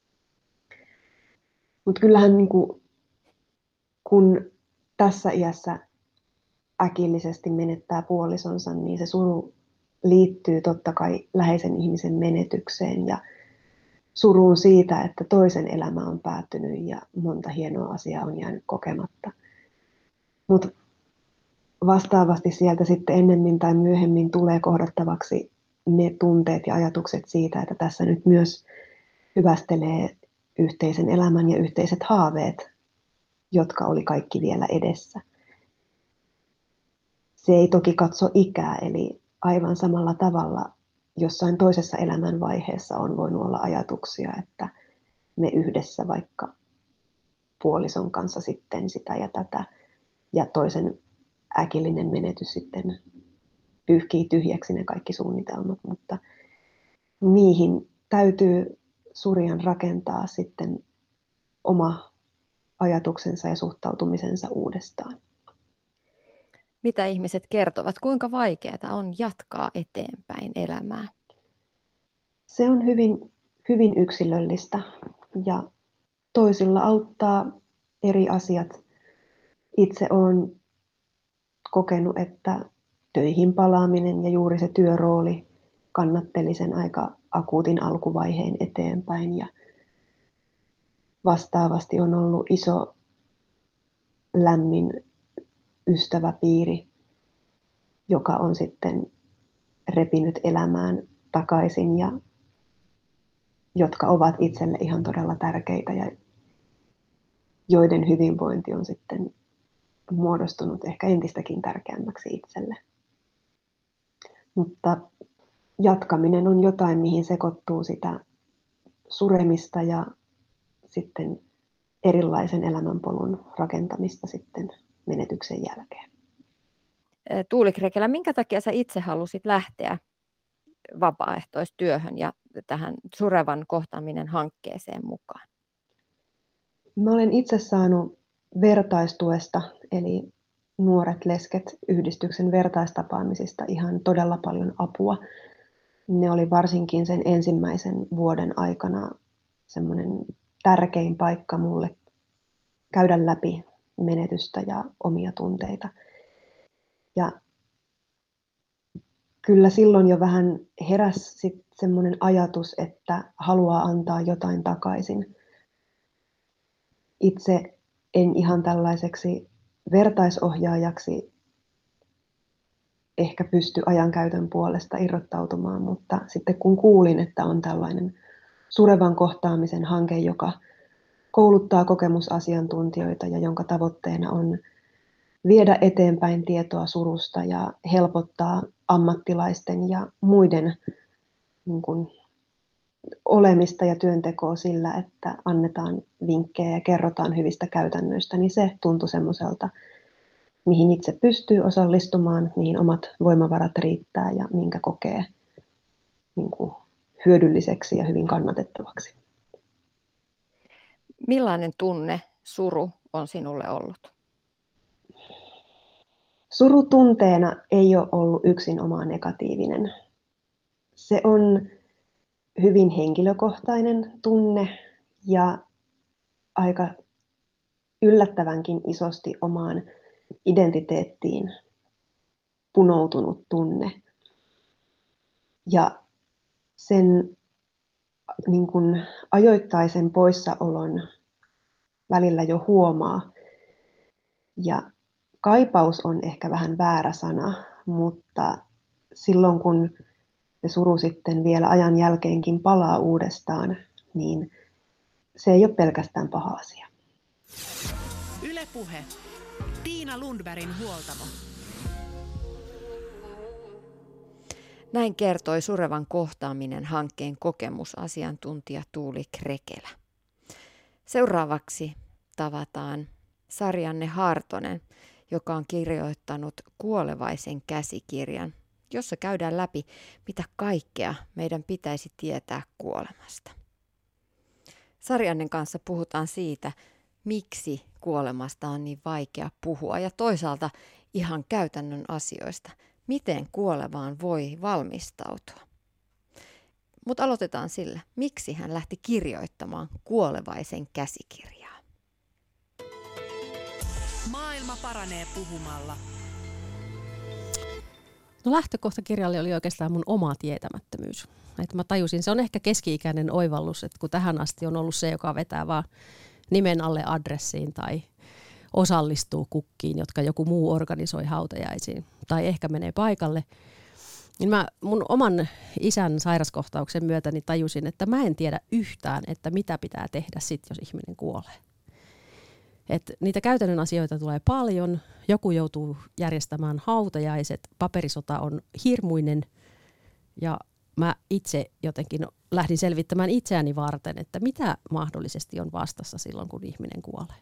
Mutta kyllähän niin kuin, kun tässä iässä äkillisesti menettää puolisonsa, niin se suru liittyy totta kai läheisen ihmisen menetykseen ja suruun siitä, että toisen elämä on päättynyt ja monta hienoa asiaa on jäänyt kokematta. Mutta vastaavasti sieltä sitten ennemmin tai myöhemmin tulee kohdattavaksi ne tunteet ja ajatukset siitä, että tässä nyt myös hyvästelee yhteisen elämän ja yhteiset haaveet, jotka oli kaikki vielä edessä. Se ei toki katso ikää, eli aivan samalla tavalla jossain toisessa elämänvaiheessa on voinut olla ajatuksia, että me yhdessä vaikka puolison kanssa sitten sitä ja tätä, ja toisen äkillinen menetys sitten pyyhkii tyhjäksi ne kaikki suunnitelmat, mutta niihin täytyy Surjan rakentaa sitten oma ajatuksensa ja suhtautumisensa uudestaan. Mitä ihmiset kertovat? Kuinka vaikeaa on jatkaa eteenpäin elämää? Se on hyvin, hyvin yksilöllistä ja toisilla auttaa eri asiat. Itse olen kokenut, että töihin palaaminen ja juuri se työrooli kannatteli sen aika akuutin alkuvaiheen eteenpäin. Ja vastaavasti on ollut iso lämmin ystäväpiiri, joka on sitten repinyt elämään takaisin ja jotka ovat itselle ihan todella tärkeitä ja joiden hyvinvointi on sitten muodostunut ehkä entistäkin tärkeämmäksi itselle. Mutta jatkaminen on jotain, mihin sekoittuu sitä suremista ja sitten erilaisen elämänpolun rakentamista sitten menetyksen jälkeen. Tuuli Krekelä, minkä takia sä itse halusit lähteä vapaaehtoistyöhön ja tähän surevan kohtaaminen hankkeeseen mukaan? Mä olen itse saanut vertaistuesta, eli Nuoret lesket yhdistyksen vertaistapaamisista ihan todella paljon apua. Ne oli varsinkin sen ensimmäisen vuoden aikana semmoinen tärkein paikka mulle käydä läpi menetystä ja omia tunteita. Ja kyllä silloin jo vähän heräsi sit semmoinen ajatus, että haluaa antaa jotain takaisin. Itse en ihan tällaiseksi vertaisohjaajaksi ehkä pysty ajankäytön puolesta irrottautumaan, mutta sitten kun kuulin, että on tällainen surevan kohtaamisen hanke, joka kouluttaa kokemusasiantuntijoita ja jonka tavoitteena on viedä eteenpäin tietoa surusta ja helpottaa ammattilaisten ja muiden niin kuin, olemista ja työntekoa sillä, että annetaan vinkkejä ja kerrotaan hyvistä käytännöistä, niin se tuntui semmoiselta, mihin itse pystyy osallistumaan, mihin omat voimavarat riittää ja minkä kokee niin kuin, hyödylliseksi ja hyvin kannatettavaksi. Millainen tunne suru on sinulle ollut? Suru tunteena ei ole ollut yksinomaan negatiivinen. Se on hyvin henkilökohtainen tunne ja aika yllättävänkin isosti omaan identiteettiin punoutunut tunne. Ja sen niin kuin ajoittaisen poissaolon välillä jo huomaa. Ja kaipaus on ehkä vähän väärä sana, mutta silloin kun se suru sitten vielä ajan jälkeenkin palaa uudestaan, niin se ei ole pelkästään paha asia. Yle Puhe. Tiina Lundbergin huoltamo. Näin kertoi Surevan kohtaaminen hankkeen kokemusasiantuntija Tuuli Krekelä. Seuraavaksi tavataan Sari-Anne Hartonen, joka on kirjoittanut Kuolevaisen käsikirjan, jossa käydään läpi, mitä kaikkea meidän pitäisi tietää kuolemasta. Sari-Annen kanssa puhutaan siitä, miksi kuolemasta on niin vaikea puhua ja toisaalta ihan käytännön asioista, miten kuolevaan voi valmistautua. Mutta aloitetaan sillä, miksi hän lähti kirjoittamaan Kuolevaisen käsikirjaa. Maailma paranee puhumalla. No lähtökohta kirjalle oli oikeastaan mun oma tietämättömyys. Että mä tajusin, se on ehkä keski-ikäinen oivallus, että kun tähän asti on ollut se, joka vetää vaan nimen alle adressiin tai osallistuu kukkiin, jotka joku muu organisoi hautajaisiin tai ehkä menee paikalle, niin mä mun oman isän sairaskohtauksen myötä niin tajusin, että mä en tiedä yhtään, että mitä pitää tehdä sit, jos ihminen kuolee. Et niitä käytännön asioita tulee paljon, joku joutuu järjestämään hautajaiset, paperisota on hirmuinen ja mä itse jotenkin lähdin selvittämään itseäni varten, että mitä mahdollisesti on vastassa silloin, kun ihminen kuolee.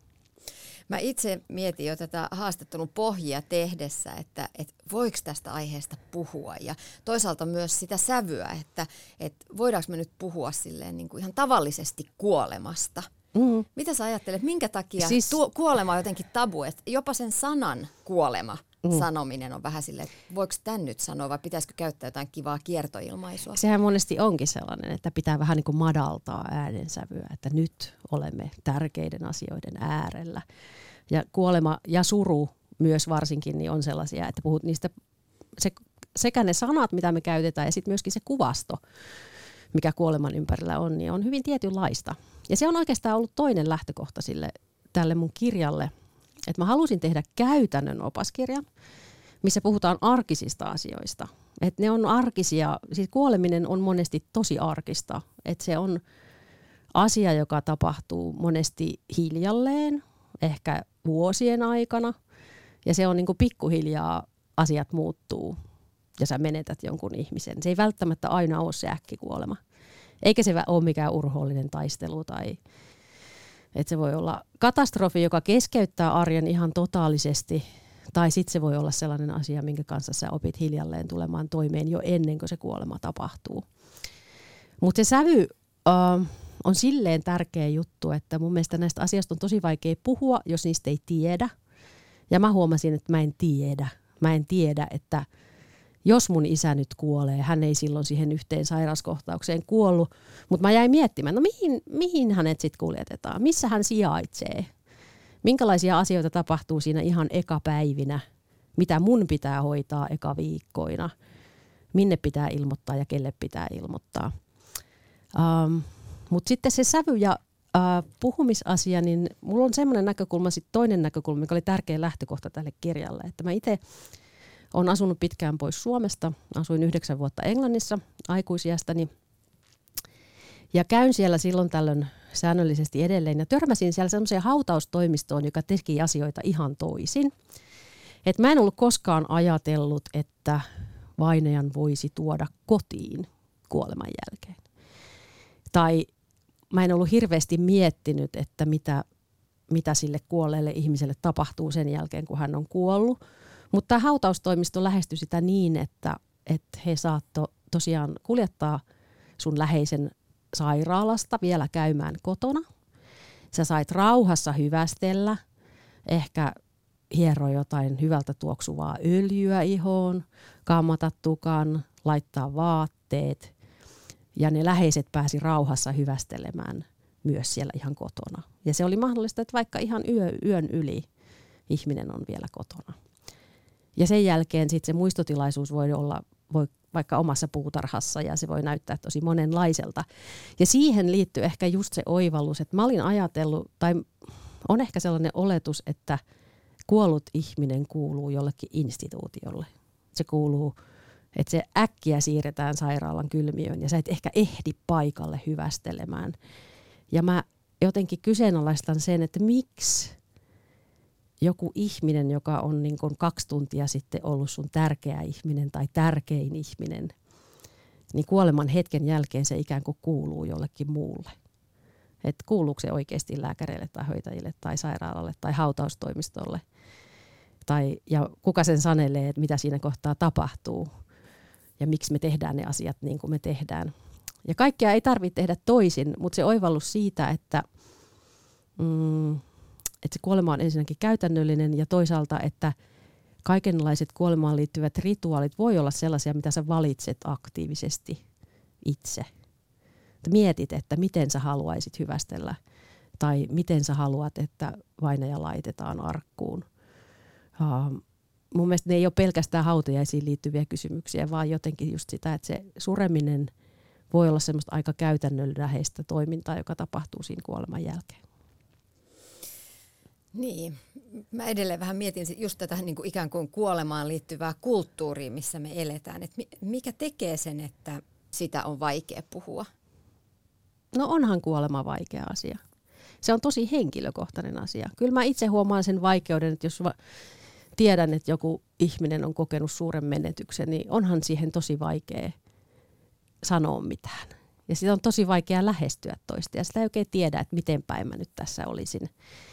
Mä itse mietin jo tätä haastattelun pohjia tehdessä, että, että voiko tästä aiheesta puhua ja toisaalta myös sitä sävyä, että, että voidaanko me nyt puhua silleen niin kuin ihan tavallisesti kuolemasta. Mm. Mitä sä ajattelet, minkä takia siis tuo, kuolema on jotenkin tabu, että jopa sen sanan kuolema mm. sanominen on vähän silleen, että voiko tän nyt sanoa vai pitäisikö käyttää jotain kivaa kiertoilmaisua? Sehän monesti onkin sellainen, että pitää vähän niin kuin madaltaa äänensävyä, että nyt olemme tärkeiden asioiden äärellä. Ja kuolema ja suru myös varsinkin niin on sellaisia, että puhut niistä se, sekä ne sanat, mitä me käytetään ja sitten myöskin se kuvasto, mikä kuoleman ympärillä on, niin on hyvin tietynlaista. Ja se on oikeastaan ollut toinen lähtökohta sille, tälle mun kirjalle, että mä halusin tehdä käytännön opaskirjan, missä puhutaan arkisista asioista. Että ne on arkisia, siis kuoleminen on monesti tosi arkista, että se on asia, joka tapahtuu monesti hiljalleen, ehkä vuosien aikana, ja se on niin kuin pikkuhiljaa asiat muuttuu, ja sä menetät jonkun ihmisen. Se ei välttämättä aina ole se äkkikuolema. Eikä se ole mikään urhoollinen taistelu tai että se voi olla katastrofi, joka keskeyttää arjen ihan totaalisesti, tai sitten se voi olla sellainen asia, minkä kanssa sä opit hiljalleen tulemaan toimeen jo ennen kuin se kuolema tapahtuu. Mutta se sävy äh, on silleen tärkeä juttu, että mun mielestä näistä asioista on tosi vaikea puhua, jos niistä ei tiedä. Ja mä huomasin, että mä en tiedä. Mä en tiedä, että jos mun isä nyt kuolee, hän ei silloin siihen yhteen sairauskohtaukseen kuollut, mutta mä jäin miettimään, no mihin, mihin hänet sitten kuljetetaan, missä hän sijaitsee, minkälaisia asioita tapahtuu siinä ihan ekapäivinä, mitä mun pitää hoitaa eka viikkoina, minne pitää ilmoittaa ja kelle pitää ilmoittaa. Um, mutta sitten se sävy ja uh, puhumisasia, niin mulla on semmoinen näkökulma, sitten toinen näkökulma, mikä oli tärkeä lähtökohta tälle kirjalle, että mä itse Olen asunut pitkään pois Suomesta. Asuin yhdeksän vuotta Englannissa aikuisiästäni. Ja käyn siellä silloin tällöin säännöllisesti edelleen. Ja törmäsin siellä semmoiseen hautaustoimistoon, joka teki asioita ihan toisin. Et mä en ollut koskaan ajatellut, että vainajan voisi tuoda kotiin kuoleman jälkeen. Tai mä en ollut hirveästi miettinyt, että mitä, mitä sille kuolleelle ihmiselle tapahtuu sen jälkeen, kun hän on kuollut. Mutta tämä hautaustoimisto lähestyi sitä niin, että, että he saattoi tosiaan kuljettaa sun läheisen sairaalasta vielä käymään kotona. Sä sait rauhassa hyvästellä, ehkä hieroa jotain hyvältä tuoksuvaa öljyä ihoon, kammata tukan, laittaa vaatteet. Ja ne läheiset pääsi rauhassa hyvästelemään myös siellä ihan kotona. Ja se oli mahdollista, että vaikka ihan yö, yön yli ihminen on vielä kotona. Ja sen jälkeen sitten se muistotilaisuus voi olla voi vaikka omassa puutarhassa ja se voi näyttää tosi monenlaiselta. Ja siihen liittyy ehkä just se oivallus, että mä olin ajatellut, tai on ehkä sellainen oletus, että kuollut ihminen kuuluu jollekin instituutiolle. Se kuuluu, että se äkkiä siirretään sairaalan kylmiöön ja sä et ehkä ehdi paikalle hyvästelemään. Ja mä jotenkin kyseenalaistan sen, että miksi joku ihminen, joka on niin kuin kaksi tuntia sitten ollut sun tärkeä ihminen tai tärkein ihminen, niin kuoleman hetken jälkeen se ikään kuin kuuluu jollekin muulle. Että kuuluuko se oikeasti lääkäreille tai hoitajille tai sairaalalle tai hautaustoimistolle. Tai, ja kuka sen sanelee, että mitä siinä kohtaa tapahtuu ja miksi me tehdään ne asiat niin kuin me tehdään. Ja kaikkea ei tarvitse tehdä toisin, mutta se oivallus siitä, että, mm, että se kuolema on ensinnäkin käytännöllinen ja toisaalta, että kaikenlaiset kuolemaan liittyvät rituaalit voi olla sellaisia, mitä sä valitset aktiivisesti itse. Että mietit, että miten sä haluaisit hyvästellä tai miten sä haluat, että vainaja laitetaan arkkuun. Uh, mun mielestä ne ei ole pelkästään hautajaisiin liittyviä kysymyksiä, vaan jotenkin just sitä, että se sureminen voi olla semmoista aika käytännönläheistä toimintaa, joka tapahtuu siinä kuoleman jälkeen. Niin, mä edelleen vähän mietin just tätä niin kuin ikään kuin kuolemaan liittyvää kulttuuria, missä me eletään. Et mikä tekee sen, että sitä on vaikea puhua? No onhan kuolema vaikea asia. Se on tosi henkilökohtainen asia. Kyllä mä itse huomaan sen vaikeuden, että jos mä tiedän, että joku ihminen on kokenut suuren menetyksen, niin onhan siihen tosi vaikea sanoa mitään. Ja sitä on tosi vaikea lähestyä toista ja sitä ei oikein tiedä, että miten päin mä nyt tässä olisin.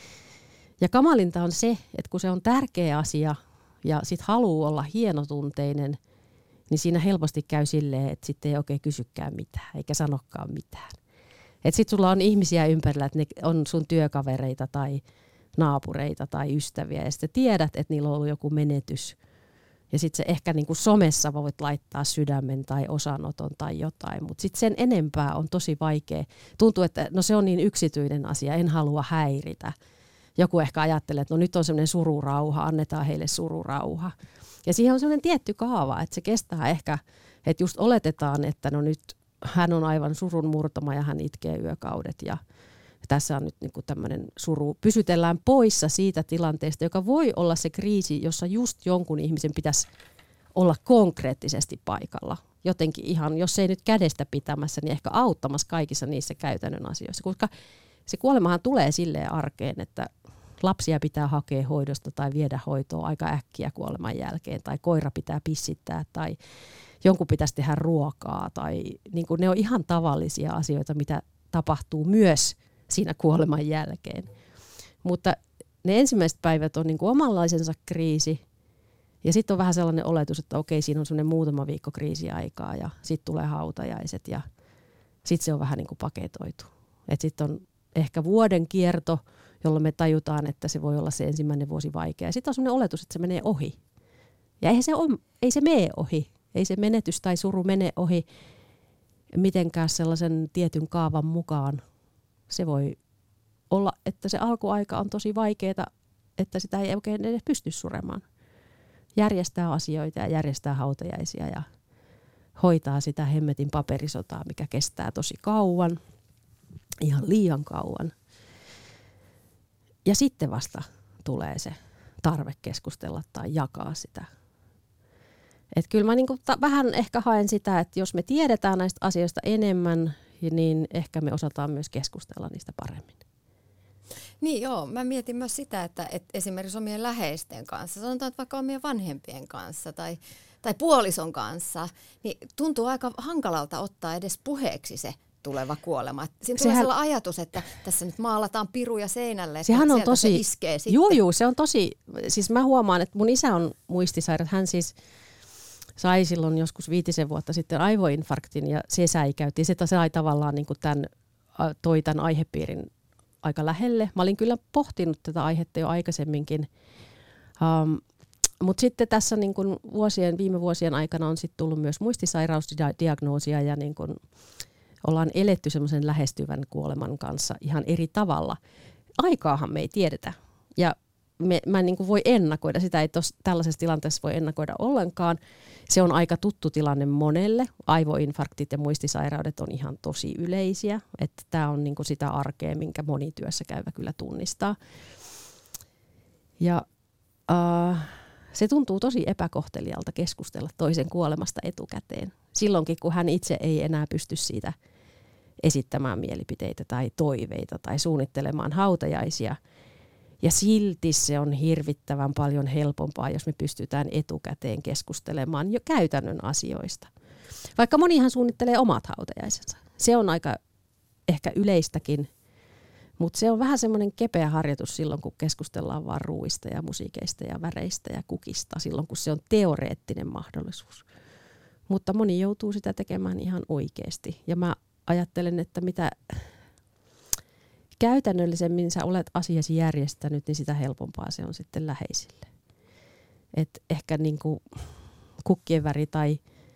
Ja kamalinta on se, että kun se on tärkeä asia ja sit haluaa olla hienotunteinen, niin siinä helposti käy silleen, että sitten ei oikein kysykään mitään eikä sanokaan mitään. Että sit sulla on ihmisiä ympärillä, että ne on sun työkavereita tai naapureita tai ystäviä ja sitten tiedät, että niillä on ollut joku menetys. Ja sitten se ehkä niin kuin somessa voit laittaa sydämen tai osanoton tai jotain, mutta sitten sen enempää on tosi vaikea. Tuntuu, että no se on niin yksityinen asia, en halua häiritä. Joku ehkä ajattelee, että no nyt on semmoinen sururauha, annetaan heille sururauha. Ja siihen on semmoinen tietty kaava, että se kestää ehkä, että just oletetaan, että no nyt hän on aivan surun murtama ja hän itkee yökaudet ja tässä on nyt niinku tämmöinen suru. Pysytellään poissa siitä tilanteesta, joka voi olla se kriisi, jossa just jonkun ihmisen pitäisi olla konkreettisesti paikalla. Jotenkin ihan, jos ei nyt kädestä pitämässä, niin ehkä auttamassa kaikissa niissä käytännön asioissa. Koska se kuolemahan tulee silleen arkeen, että lapsia pitää hakea hoidosta tai viedä hoitoa aika äkkiä kuoleman jälkeen. Tai koira pitää pissittää tai jonkun pitäisi tehdä ruokaa. Tai niin kuin ne on ihan tavallisia asioita, mitä tapahtuu myös siinä kuoleman jälkeen. Mutta ne ensimmäiset päivät on niin kuin omanlaisensa kriisi. Ja sitten on vähän sellainen oletus, että okei, siinä on semmoinen muutama viikko kriisiaikaa ja sitten tulee hautajaiset ja sitten se on vähän niin kuin paketoitu. Että sitten on ehkä vuoden kierto, jolloin me tajutaan, että se voi olla se ensimmäinen vuosi vaikea. Ja sitten on semmoinen oletus, että se menee ohi. Ja eihän se ole, ei se mene ohi. Ei se menetys tai suru mene ohi mitenkään sellaisen tietyn kaavan mukaan. Se voi olla, että se alkuaika on tosi vaikeaa, että sitä ei oikein edes pysty suremaan. Järjestää asioita ja järjestää hautajaisia ja hoitaa sitä hemmetin paperisotaa, mikä kestää tosi kauan, ihan liian kauan. Ja sitten vasta tulee se tarve keskustella tai jakaa sitä Et kyllä mä niinku ta- vähän ehkä haen sitä, että jos me tiedetään näistä asioista enemmän, niin ehkä me osataan myös keskustella niistä paremmin. Niin joo, mä mietin myös sitä, että, että esimerkiksi omien läheisten kanssa, sanotaan että vaikka omien vanhempien kanssa tai, tai puolison kanssa, niin tuntuu aika hankalalta ottaa edes puheeksi se tuleva kuolema. Siinä tulee sellainen ajatus, että tässä nyt maalataan piruja seinälle, että sehän on tosi, se iskee sitten. Juu, juu, se on tosi, siis mä huomaan, että mun isä on muistisairas, hän siis sai silloin joskus viitisen vuotta sitten aivoinfarktin ja se säikäytti. Se sai tavallaan niin kuin tämän, toi tämän aihepiirin aika lähelle. Mä olin kyllä pohtinut tätä aihetta jo aikaisemminkin, um, mutta sitten tässä niin kuin vuosien, viime vuosien aikana on sitten tullut myös muistisairausdiagnoosia ja niin kuin ollaan eletty semmoisen lähestyvän kuoleman kanssa ihan eri tavalla. Aikaahan me ei tiedetä ja me, mä en niin kuin voi ennakoida, sitä ei tos, tällaisessa tilanteessa voi ennakoida ollenkaan. Se on aika tuttu tilanne monelle. Aivoinfarktit ja muistisairaudet on ihan tosi yleisiä. Että tämä on niin kuin sitä arkea, minkä moni työssä käyvä kyllä tunnistaa. Ja äh, se tuntuu tosi epäkohtelijalta keskustella toisen kuolemasta etukäteen. Silloinkin, kun hän itse ei enää pysty siitä esittämään mielipiteitä tai toiveita tai suunnittelemaan hautajaisia. Ja silti se on hirvittävän paljon helpompaa, jos me pystytään etukäteen keskustelemaan jo käytännön asioista. Vaikka monihan suunnittelee omat hautajaisensa. Se on aika ehkä yleistäkin, mutta se on vähän semmoinen kepeä harjoitus silloin, kun keskustellaan vaan ruuista ja musiikeista ja väreistä ja kukista, silloin kun se on teoreettinen mahdollisuus. Mutta moni joutuu sitä tekemään ihan oikeasti. Ja mä ajattelen, että mitä käytännöllisemmin sä olet asiasi järjestänyt, niin sitä helpompaa se on sitten läheisille. Et ehkä niinku kukkien väri tai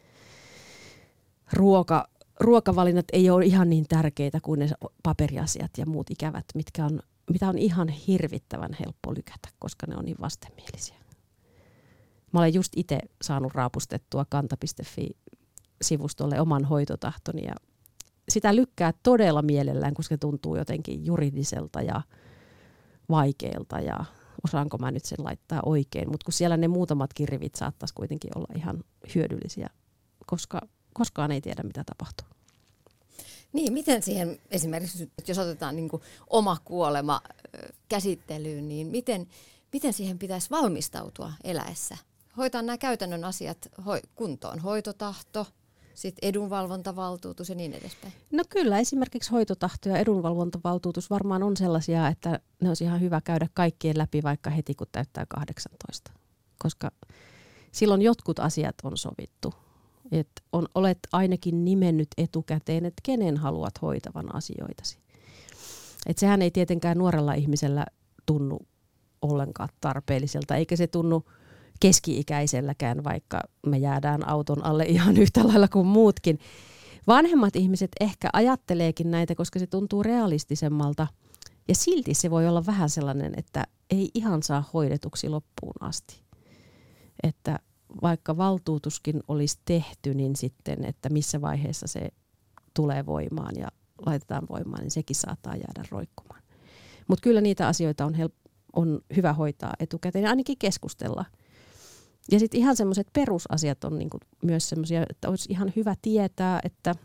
ruoka, ruokavalinnat ei ole ihan niin tärkeitä kuin ne paperiasiat ja muut ikävät, mitkä on, mitä on ihan hirvittävän helppo lykätä, koska ne on niin vastenmielisiä. Mä olen just itse saanut raapustettua kanta piste fi-sivustolle oman hoitotahtoni ja sitä lykkää todella mielellään, koska se tuntuu jotenkin juridiselta ja vaikealta ja osaanko mä nyt sen laittaa oikein. Mutta kun siellä ne muutamatkin rivit saattaisi kuitenkin olla ihan hyödyllisiä, koska koskaan ei tiedä mitä tapahtuu. Niin, miten siihen esimerkiksi, jos otetaan niin kuin oma kuolema käsittelyyn, niin miten, miten siihen pitäisi valmistautua eläessä? Hoitaa nämä käytännön asiat kuntoon, hoitotahto, sitten edunvalvontavaltuutus ja niin edespäin. No kyllä, esimerkiksi hoitotahto ja edunvalvontavaltuutus varmaan on sellaisia, että ne olisi ihan hyvä käydä kaikkien läpi vaikka heti kun täyttää kahdeksantoista. Koska silloin jotkut asiat on sovittu. Että on, olet ainakin nimennyt etukäteen, että kenen haluat hoitavan asioitasi. Että sehän ei tietenkään nuorella ihmisellä tunnu ollenkaan tarpeelliselta, eikä se tunnu keski-ikäiselläkään, vaikka me jäädään auton alle ihan yhtä lailla kuin muutkin. Vanhemmat ihmiset ehkä ajatteleekin näitä, koska se tuntuu realistisemmalta. Ja silti se voi olla vähän sellainen, että ei ihan saa hoidetuksi loppuun asti. Että vaikka valtuutuskin olisi tehty, niin sitten, että missä vaiheessa se tulee voimaan ja laitetaan voimaan, niin sekin saattaa jäädä roikkumaan. Mutta kyllä niitä asioita on, help- on hyvä hoitaa etukäteen ja ainakin keskustella. Ja sitten ihan semmoiset perusasiat on niinku myös semmoisia, että olisi ihan hyvä tietää, että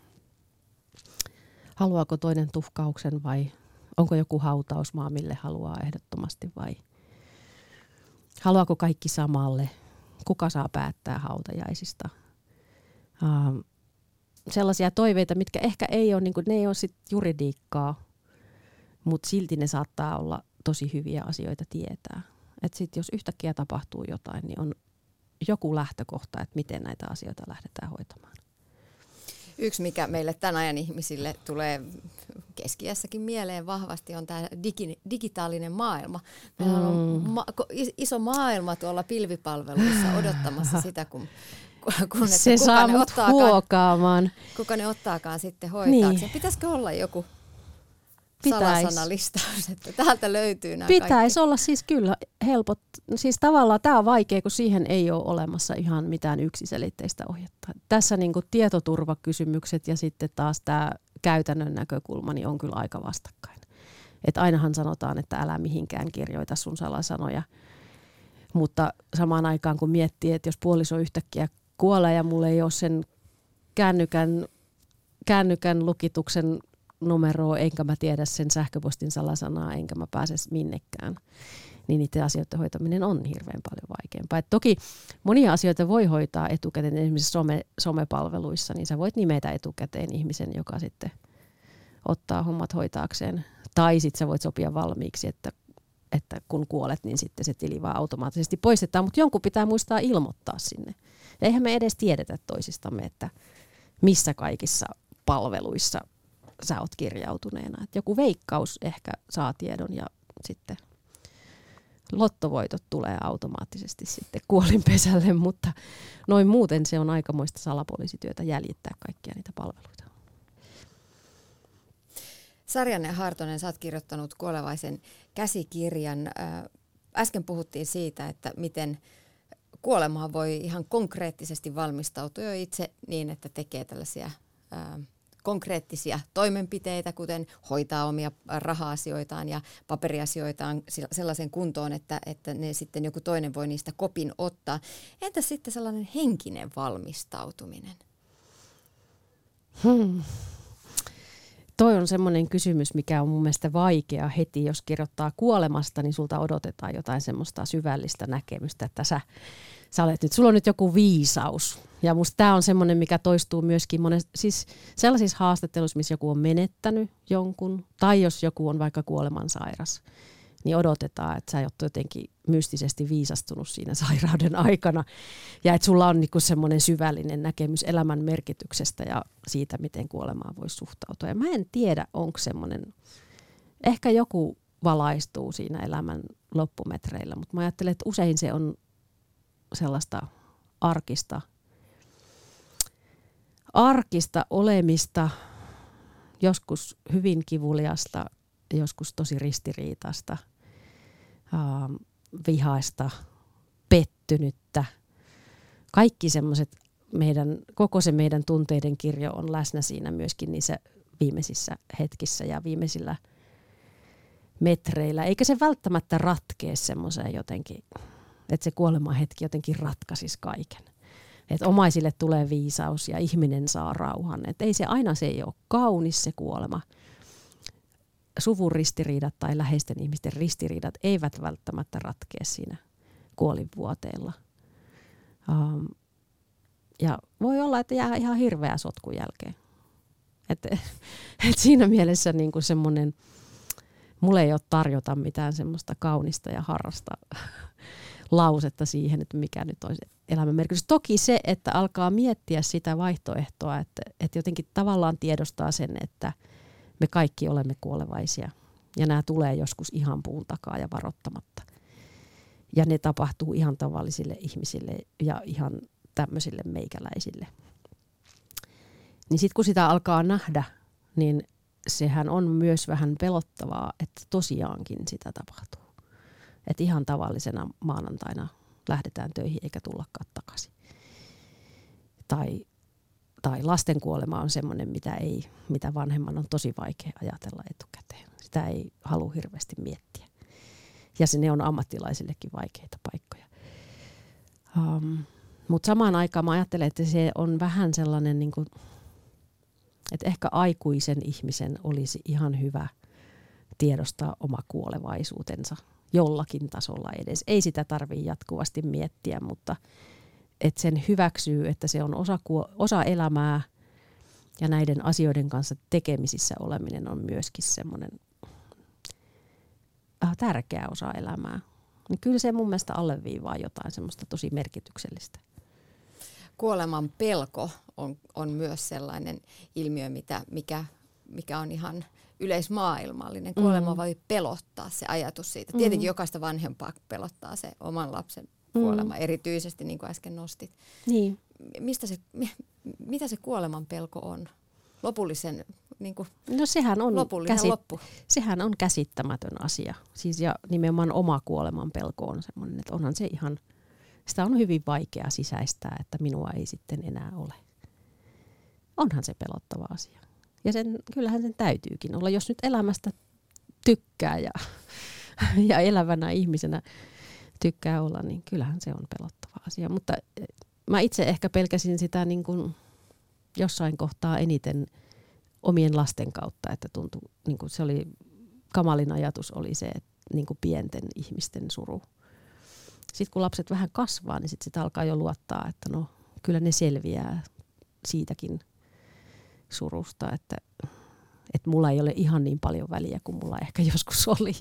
haluaako toinen tuhkauksen vai onko joku hautausmaa, mille haluaa ehdottomasti vai haluaako kaikki samalle, kuka saa päättää hautajaisista. Ähm, sellaisia toiveita, mitkä ehkä ei ole, niinku, ne ei ole sit juridiikkaa, mutta silti ne saattaa olla tosi hyviä asioita tietää. Että sitten jos yhtäkkiä tapahtuu jotain, niin on joku lähtökohta, että miten näitä asioita lähdetään hoitamaan. Yksi, mikä meille tämän ajan ihmisille tulee keski-iässäkin mieleen vahvasti, on tämä digi, digitaalinen maailma. Meillä mm. on ma- iso maailma tuolla pilvipalveluissa odottamassa sitä, kun, kun se kuka saa ne mut ottaakaan, huokaamaan. Kuka ne ottaakaan sitten hoitaakseen. Niin. Pitäisikö olla joku Pitäis. salasanalistaus, että täältä löytyy nämä Pitäisi kaikki. olla siis kyllä helpot. Siis tavallaan tämä on vaikea, kun siihen ei ole olemassa ihan mitään yksiselitteistä ohjetta. Tässä niin kuin tietoturvakysymykset ja sitten taas tämä käytännön näkökulma niin on kyllä aika vastakkain. Et ainahan sanotaan, että älä mihinkään kirjoita sun salasanoja. Mutta samaan aikaan kun miettii, että jos puoliso yhtäkkiä kuolee ja mulla ei ole sen kännykän, kännykän lukituksen numeroa, enkä mä tiedä sen sähköpostin salasanaa, enkä mä pääse minnekään, niin niiden asioiden hoitaminen on hirveän paljon vaikeampaa. Et toki monia asioita voi hoitaa etukäteen, esimerkiksi some, somepalveluissa, niin sä voit nimetä etukäteen ihmisen, joka sitten ottaa hommat hoitaakseen. Tai sitten sä voit sopia valmiiksi, että, että kun kuolet, niin sitten se tili vaan automaattisesti poistetaan, mutta jonkun pitää muistaa ilmoittaa sinne. Ja eihän me edes tiedetä toisistamme, että missä kaikissa palveluissa sä oot kirjautuneena. Et joku Veikkaus ehkä saa tiedon ja sitten lottovoitot tulee automaattisesti sitten kuolinpesälle, mutta noin muuten se on aikamoista salapoliisityötä jäljittää kaikkia niitä palveluita. Sarjanne Hartonen, sä oot kirjoittanut Kuolevaisen käsikirjan. Äsken puhuttiin siitä, että miten kuolemaan voi ihan konkreettisesti valmistautua jo itse niin, että tekee tällaisia ää, konkreettisia toimenpiteitä, kuten hoitaa omia raha-asioitaan ja paperiasioitaan sellaisen kuntoon, että, että ne sitten joku toinen voi niistä kopin ottaa. Entä sitten sellainen henkinen valmistautuminen? Hmm. Toi on semmoinen kysymys, mikä on mun mielestä vaikea heti, jos kirjoittaa kuolemasta, niin sulta odotetaan jotain semmoista syvällistä näkemystä, että sä, sä olet nyt, sulla on nyt joku viisaus. Ja musta tää on semmoinen, mikä toistuu myöskin monesti, siis sellaisissa haastatteluissa, missä joku on menettänyt jonkun, tai jos joku on vaikka kuolemansairas, niin odotetaan, että sä oot jotenkin mystisesti viisastunut siinä sairauden aikana. Ja että sulla on niinku semmoinen syvällinen näkemys elämän merkityksestä ja siitä, miten kuolemaan voi suhtautua. Ja mä en tiedä, onko semmoinen, ehkä joku valaistuu siinä elämän loppumetreillä, mutta mä ajattelen, että usein se on sellaista arkista, arkista olemista, joskus hyvin kivuliasta, joskus tosi ristiriitaista, uh, vihaista, pettynyttä. Kaikki semmoiset meidän, koko se meidän tunteiden kirjo on läsnä siinä myöskin niissä viimeisissä hetkissä ja viimeisillä metreillä. Eikä se välttämättä ratkee semmoiseen jotenkin, että se kuolemahetki jotenkin ratkaisisi kaiken. Että omaisille tulee viisaus ja ihminen saa rauhan. Että ei se aina, se ei ole kaunis se kuolema. Suvun ristiriidat tai läheisten ihmisten ristiriidat eivät välttämättä ratkea siinä kuolinvuoteella. Um, ja voi olla, että jää ihan hirveä sotkun jälkeen. Et, et siinä mielessä niinku semmoinen, mulla ei ole tarjota mitään semmoista kaunista ja harrasta lausetta siihen, että mikä nyt olisi elämän merkitys. Toki se, että alkaa miettiä sitä vaihtoehtoa, että, että jotenkin tavallaan tiedostaa sen, että me kaikki olemme kuolevaisia ja nämä tulee joskus ihan puun takaa ja varoittamatta. Ja ne tapahtuu ihan tavallisille ihmisille ja ihan tämmöisille meikäläisille. Niin sitten kun sitä alkaa nähdä, niin sehän on myös vähän pelottavaa, että tosiaankin sitä tapahtuu. Että ihan tavallisena maanantaina lähdetään töihin eikä tullakaan takaisin. Tai, tai lasten kuolema on semmoinen, mitä, ei, mitä vanhemman on tosi vaikea ajatella etukäteen. Sitä ei halua hirveästi miettiä. Ja se, ne on ammattilaisillekin vaikeita paikkoja. Um, Mutta samaan aikaan mä ajattelen, että se on vähän sellainen, niin kuin, että ehkä aikuisen ihmisen olisi ihan hyvä tiedostaa oma kuolevaisuutensa jollakin tasolla edes. Ei sitä tarvitse jatkuvasti miettiä, mutta että sen hyväksyy, että se on osa, osa elämää ja näiden asioiden kanssa tekemisissä oleminen on myöskin semmoinen äh, tärkeä osa elämää. Niin kyllä se mun mielestä alleviivaa jotain semmoista tosi merkityksellistä. Kuoleman pelko on, on myös sellainen ilmiö, mitä, mikä, mikä on ihan yleismaailmallinen. Kuolema mm. voi pelottaa, se ajatus siitä. Tietenkin mm. jokaista vanhempaa pelottaa se oman lapsen kuolema, mm. erityisesti niin kuin äsken nostit. Niin. Mistä se, mitä se kuoleman pelko on? Lopullisen, niin kuin no sehän on, lopullinen käsit- loppu. Sehän on käsittämätön asia. Siis ja nimenomaan oma kuoleman pelko on semmoinen, että onhan se ihan, sitä on hyvin vaikea sisäistää, että minua ei sitten enää ole. Onhan se pelottava asia. Ja sen, kyllähän sen täytyykin olla, jos nyt elämästä tykkää ja, ja elävänä ihmisenä tykkää olla, niin kyllähän se on pelottava asia. Mutta mä itse ehkä pelkäsin sitä niin kuin jossain kohtaa eniten omien lasten kautta, että tuntui, niin kuin se oli, kamalin ajatus oli se, että niin kuin pienten ihmisten suru. Sitten kun lapset vähän kasvaa, niin sitten sit alkaa jo luottaa, että no kyllä ne selviää siitäkin surusta, että, että mulla ei ole ihan niin paljon väliä kuin mulla ehkä joskus oli.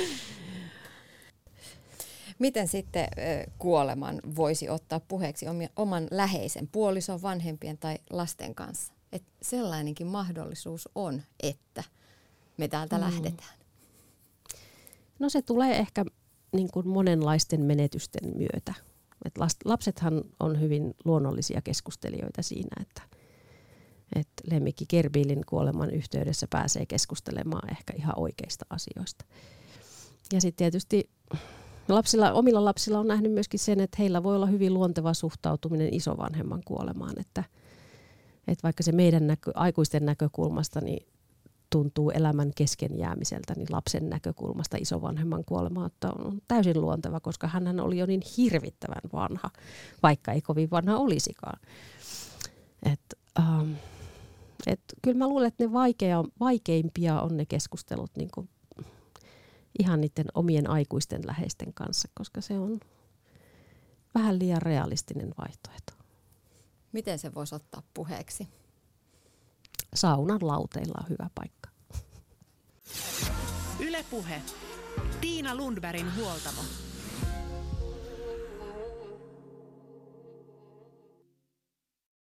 Miten sitten kuoleman voisi ottaa puheeksi oman läheisen puolison, vanhempien tai lasten kanssa? Et sellainenkin mahdollisuus on, että me täältä mm. lähdetään. No se tulee ehkä niin kuin monenlaisten menetysten myötä. Et lapsethan on hyvin luonnollisia keskustelijoita siinä, että, että lemmikki Kerbilin kuoleman yhteydessä pääsee keskustelemaan ehkä ihan oikeista asioista. Ja sitten tietysti lapsilla, omilla lapsilla on nähnyt myöskin sen, että heillä voi olla hyvin luonteva suhtautuminen isovanhemman kuolemaan. Että, että vaikka se meidän näkö, aikuisten näkökulmasta niin tuntuu elämän kesken jäämiseltä, niin lapsen näkökulmasta isovanhemman kuolema on täysin luonteva, koska hän oli jo niin hirvittävän vanha, vaikka ei kovin vanha olisikaan. Et, ähm, et, kyllä mä luulen, että ne vaikea, vaikeimpia on ne keskustelut niin kuin ihan niiden omien aikuisten läheisten kanssa, koska se on vähän liian realistinen vaihtoehto. Miten se voisi ottaa puheeksi? Saunan lauteilla on hyvä paikka. Yle Puhe. Tiina Lundbergin huoltamo.